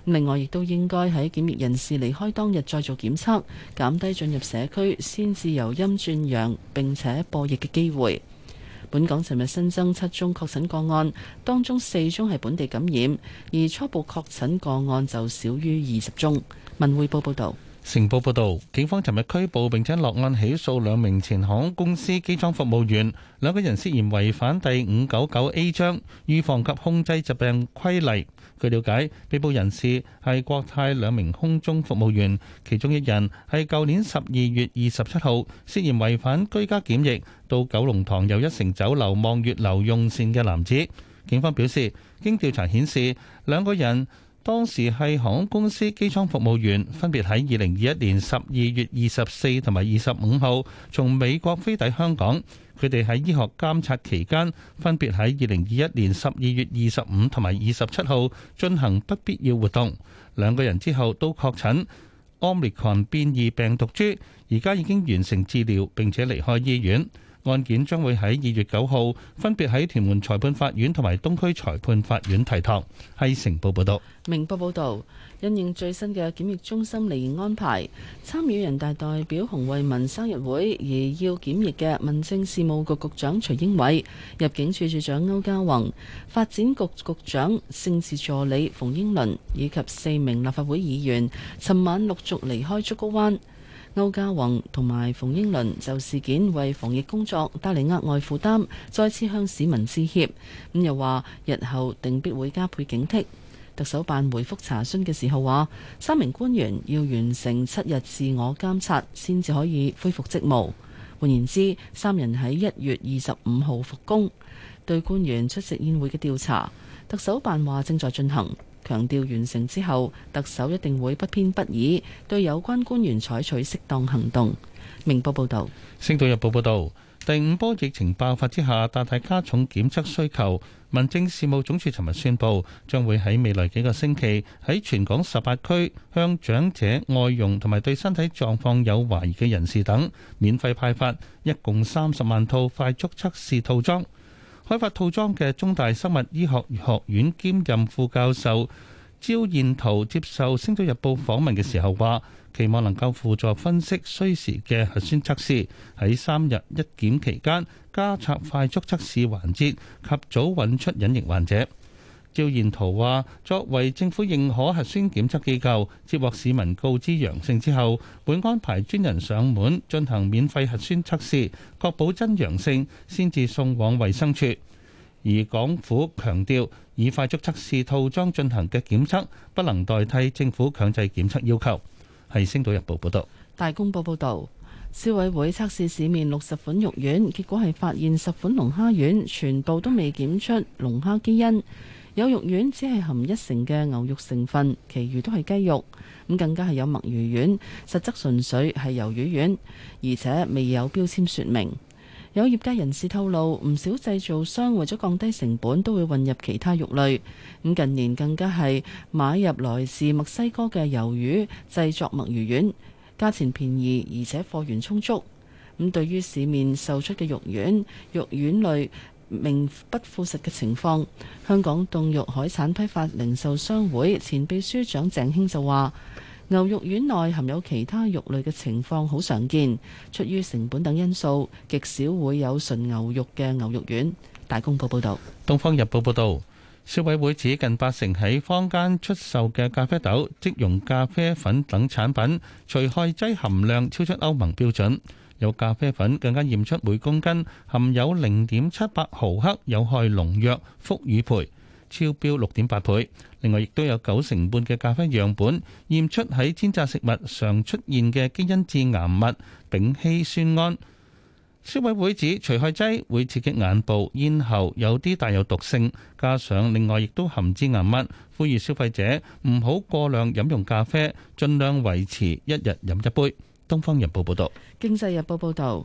另外，亦都應該喺檢疫人士離開當日再做檢測，減低進入社區先至由陰轉陽並且播疫嘅機會。本港尋日新增七宗確診個案，當中四宗係本地感染，而初步確診個案就少於二十宗。文匯報報導。 成報報導，警方尋日拘捕並且落案起訴兩名前航空公司機艙服務員，兩個人涉嫌違反第五九九 A 章預防及控制疾病規例。據了解，被捕人士係國泰兩名空中服務員，其中一人係舊年十二月二十七號涉嫌違反居家檢疫到九龍塘又一城酒樓望月樓用膳嘅男子。警方表示，經調查顯示，兩個人當時係航空公司機艙服務員，分別喺二零二一年十二月二十四同埋二十五號從美國飛抵香港。佢哋喺醫學監察期間，分別喺二零二一年十二月二十五同埋二十七號進行不必要活動。兩個人之後都確診 Omicron 變異病毒株，而家已經完成治療並且離開醫院。案件將會喺二月九號分別喺屯門裁判法院同埋東區裁判法院提堂。係成報報道。 明報報導，因應最新嘅檢疫中心離營安排，參與人大代表洪為民生日會而要檢疫嘅民政事務局局長徐英偉、入境處處長歐家宏、發展局局長政治助理馮英倫以及四名立法會議員，尋晚陸續離開竹篙灣。歐家宏同埋馮英倫就事件為防疫工作帶嚟額外負擔，再次向市民致歉。咁又話日後定必會加倍警惕。特首辦回覆查詢嘅時候話，三名官員要完成七日自我監察先至可以恢復職務。換言之，三人喺一月二十五號復工。對官員出席宴會嘅調查，特首辦話正在進行。強調完成之後，特首一定會不偏不倚對有關官員採取適當行動。明報報道。 星島日報報道，第五波疫情爆發之下，大大加重檢測需求。民政事務總署尋日宣布，將會喺未來幾個星期喺全港十八區向長者、外傭同埋對身體狀況有懷疑嘅人士等，免費派發一共三十萬套快速測試套裝。開發套裝嘅中大生物醫學學院兼任副教授招彥燾接受《星島日報》訪問嘅時候話，期望能夠輔助分析需時嘅核酸測試，喺三日一檢期間加插快速測試環節，及早揾出隱形患者。趙彥燾話：作為政府認可核酸檢測機構，接獲市民告知陽性之後，會安排專人上門進行免費核酸測試，確保真陽性先至送往衛生署。而港府強調，以快速測試套裝進行嘅檢測不能代替政府強制檢測要求。係《星島日報》報道。 大公報報導，消委會測試市面六十款肉丸，結果係發現十款龍蝦丸全部都未檢出龍蝦基因。有肉丸只係含一成嘅牛肉成分，其餘都係雞肉。咁更加係有墨魚丸，實則純粹係魷魚丸，而且未有標籤說明。有業界人士透露，唔少製造商為咗降低成本，都會混入其他肉類。咁近年更加係買入來自墨西哥嘅魷魚製作墨魚丸，價錢便宜，而且貨源充足。咁對於市面售出嘅肉丸、肉丸類名不副實嘅情況，香港凍肉海產批發零售商會前秘書長鄭興就話：牛肉丸內含有其他肉類嘅情況好常見，出於成本等因素，極少會有純牛肉嘅牛肉丸。大公報報道。 東方日報報道，消委會指近八成喺坊間出售嘅咖啡豆、即溶咖啡粉等產品，除害劑含量超出歐盟標準。有咖啡粉更加驗出每公斤含有零點七八毫克有害農藥福乳培，超標六點八倍。另外，亦都有九成半嘅咖啡樣本驗出喺煎炸食物常出現嘅基因致癌物丙烯酸胺。消委會指除害劑會刺激眼部、咽喉，有啲帶有毒性，加上另外亦都含致癌物，呼籲消費者唔好過量飲用咖啡，盡量維持一日飲一杯。《東方日報》報道。 《經濟日報》報導，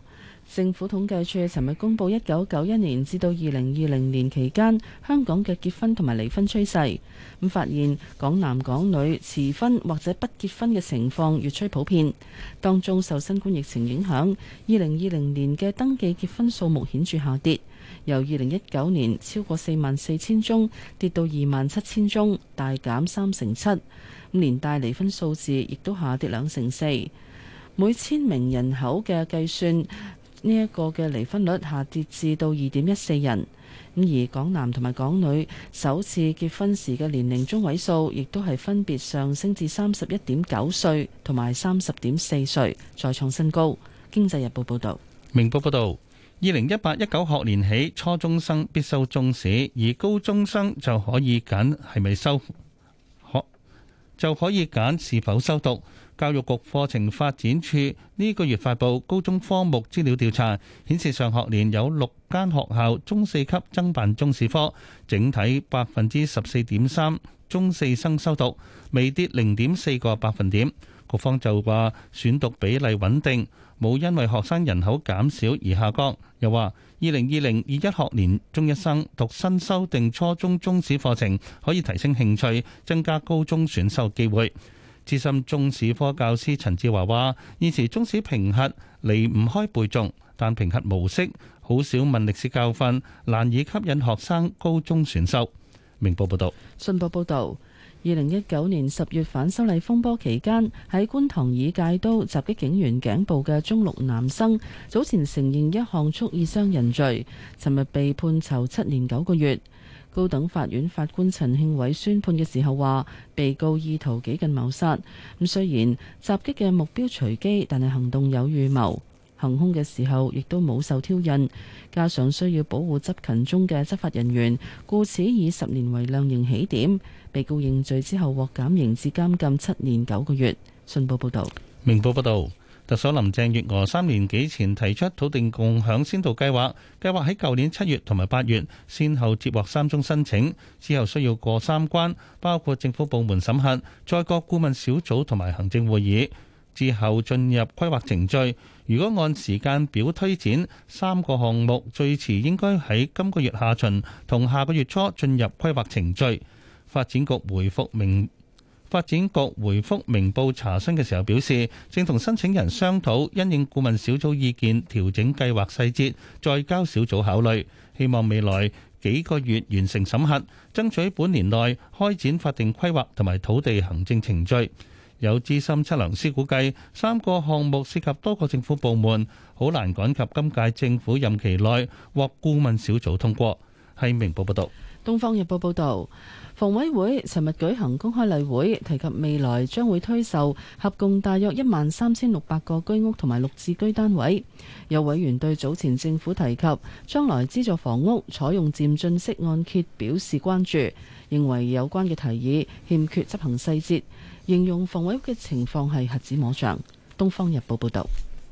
政府統計處尋日公布一九九一年至到二零二零年期間香港嘅結婚同埋離婚趨勢，咁發現港男港女遲婚或者不結婚嘅情況越趨普遍。當中受新冠疫情影響，二零二零年嘅登記結婚數目顯著下跌，由二零一九年超過四萬四千宗跌到二萬七千宗，大減三成七。咁連帶離婚數字亦都下跌兩成四，每千名人口嘅計算，呢一個嘅離婚率下跌至到二點一四人，咁而港男同埋港女首次結婚時嘅年齡中位數，亦都係分別上升至三十一點九歲同埋三十點四歲，再創新高。經濟日報報導， 明報報導，二零一八一九學年起，初中生必修中史，而高中生就可以揀係咪修學，就可以揀是否修讀。教育局課程發展處呢個月發布高中科目資料調查，顯示上學年有六間學校中四級增辦中史科，整體百分之十四點三中四生修讀，微跌零點四個百分點。局方就話選讀比例穩定，冇因為學生人口減少而下降。又話二零二零二一學年中一生讀新修訂初中中史課程，可以提升興趣，增加高中選修機會。資深中史科教師陳志華話：現時中史評核離唔開背誦，但評核模式好少問歷史教訓，難以吸引學生高中選修。明報報道。 信報報導，二零一九年十月反修例風波期間，喺觀塘以戒刀襲擊警員頸部嘅中六男生，早前承認一項蓄意傷人罪，尋日被判囚七年九個月。高等法院法官陳慶偉宣判嘅時候話，被告意圖幾近謀殺。咁雖然襲擊嘅目標隨機，但係行動有預謀，行兇嘅時候亦都冇受挑釁，加上需要保護執勤中嘅執法人員，故此以十年為量刑起點。被告認罪之後獲減刑至監禁七年九個月。信報報導。 明報報導。特首林鄭月娥三年幾前提出土地共享先導計劃，計劃喺舊年七月同埋八月先後接獲三宗申請，之後需要過三關，包括政府部門審核、再過顧問小組同埋行政會議，之後進入規劃程序。如果按時間表推展，三個項目最遲應該喺今個月下旬同下個月初進入規劃程序。發展局回覆明發展局回覆明報查詢嘅時候表示，正同申請人商討，因應顧問小組意見調整計劃細節，再交小組考慮。希望未來幾個月完成審核，爭取本年內開展法定規劃同埋土地行政程序。有資深測量師估計，三個項目涉及多個政府部門，好難趕及今屆政府任期內獲顧問小組通過。係明報報道。 東方日報報道，房委會尋日舉行公開例會，提及未來將會推售合共大約一萬三千六百個居屋同埋綠置居單位。有委員對早前政府提及將來資助房屋採用漸進式按揭表示關注，認為有關嘅提議欠缺執行細節，形容房委會嘅情況係瞎子摸象。東方日報報道。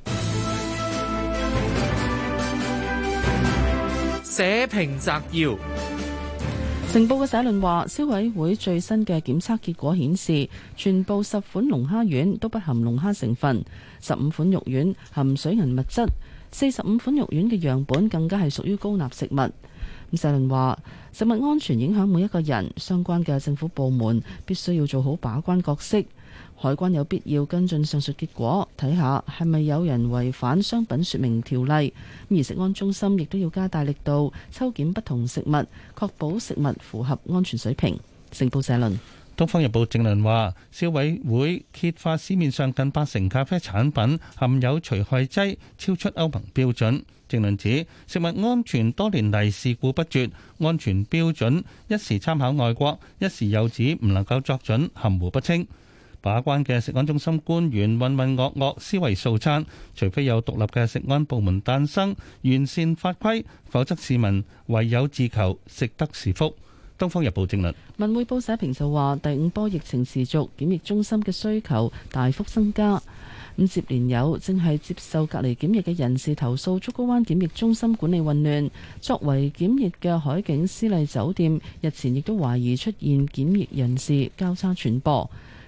社評摘要。 成報嘅社論話，消委會最新嘅檢測結果顯示，全部十款龍蝦丸都不含龍蝦成分，十五款肉丸含水銀物質，四十五款肉丸嘅樣本更加係屬於高鈉食物。咁社論話，食物安全影響每一個人，相關嘅政府部門必須要做好把關角色。海關有必要跟進上述結果，睇下係咪有人違反商品說明條例。而食安中心亦都要加大力度抽檢不同食物，確保食物符合安全水平。成報社論。《 東方日報》正論話，消委會揭發市面上近八成咖啡產品含有除害劑，超出歐盟標準。正論指食物安全多年嚟事故不絕，安全標準一時參考外國，一時又指唔能夠作準，含糊不清。把關嘅食安中心官員渾渾噩噩，思維素餐，除非有獨立嘅食安部門誕生，完善法規，否則市民唯有自求，食得是福。《東方日報》正論。 文匯報社評就話，第五波疫情持續，檢疫中心嘅需求大幅增加。咁接連有正係接受隔離檢疫嘅人士投訴竹篙灣檢疫中心管理混亂，作為檢疫嘅海景絲麗酒店日前亦都懷疑出現檢疫人士交叉傳播。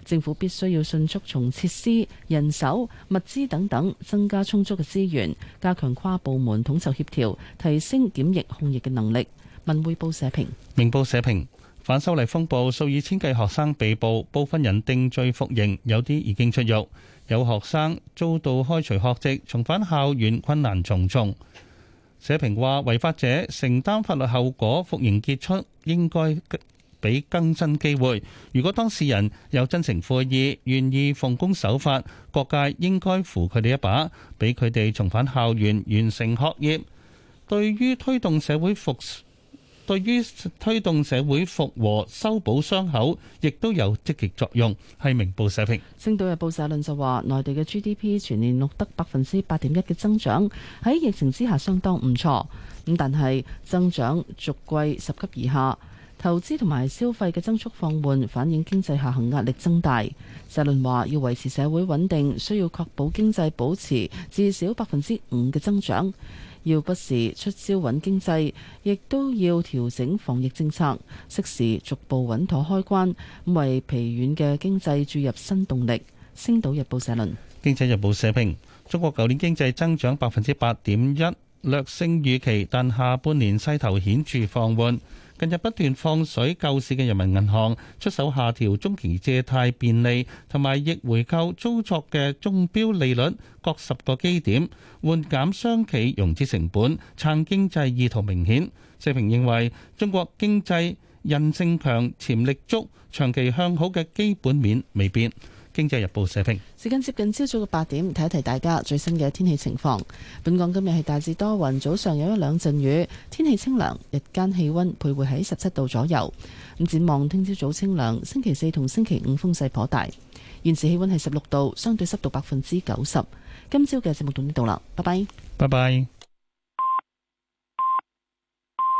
政府必須要迅速從設施、人手、物資等等增加充足嘅資源，加強跨部門統籌協調，提升檢疫控疫嘅能力。文匯報社評。 明報社評，反修例風暴，數以千計學生被捕，部分人定罪服刑，有啲已經出獄。有學生遭到開除學籍，重返校園困難重重。社評話，違法者承擔法律後果，服刑結束應該俾更新機會。如果當事人有真誠悔意，願意奉公守法，各界應該扶佢哋一把，俾佢哋重返校園完成學業。對於推動社會復對於推動社會復和、修補傷口，亦都有積極作用。係明報社評。 星島日報社論就話，內地嘅 G D P 全年錄得百分之八點一嘅增長，喺疫情之下相當唔錯。咁但係增長逐季十級以下，投資同埋消費嘅增速放緩，反映經濟下行壓力增大。社論話，要維持社會穩定，需要確保經濟保持至少百分之五嘅增長。要不時出招穩經濟，亦都要調整防疫政策，適時逐步穩妥開關，為疲軟嘅經濟注入新動力。星島日報社論。 經濟日報社評，中國舊年經濟增長百分之八點一，略勝預期，但下半年勢頭顯著放緩。近日不斷放水救市嘅人民銀行出手下調中期借貸便利同埋逆回購操作嘅中標利率各十個基點，緩減商企融資成本，撐經濟意圖明顯。社評認為中國經濟韌性強、潛力足，長期向好嘅基本面未變。經濟日報社評。 時間接近朝早嘅八點，提一提大家最新嘅天氣情況。本港今日係大致多雲，早上有一兩陣雨，天氣清涼，日間氣溫徘徊喺十七度左右。咁展望聽朝早清涼，星期四同星期五風勢頗大。現時氣溫係十六度，相對濕度百分之九十。今朝嘅節目到呢度啦，拜拜。 拜拜。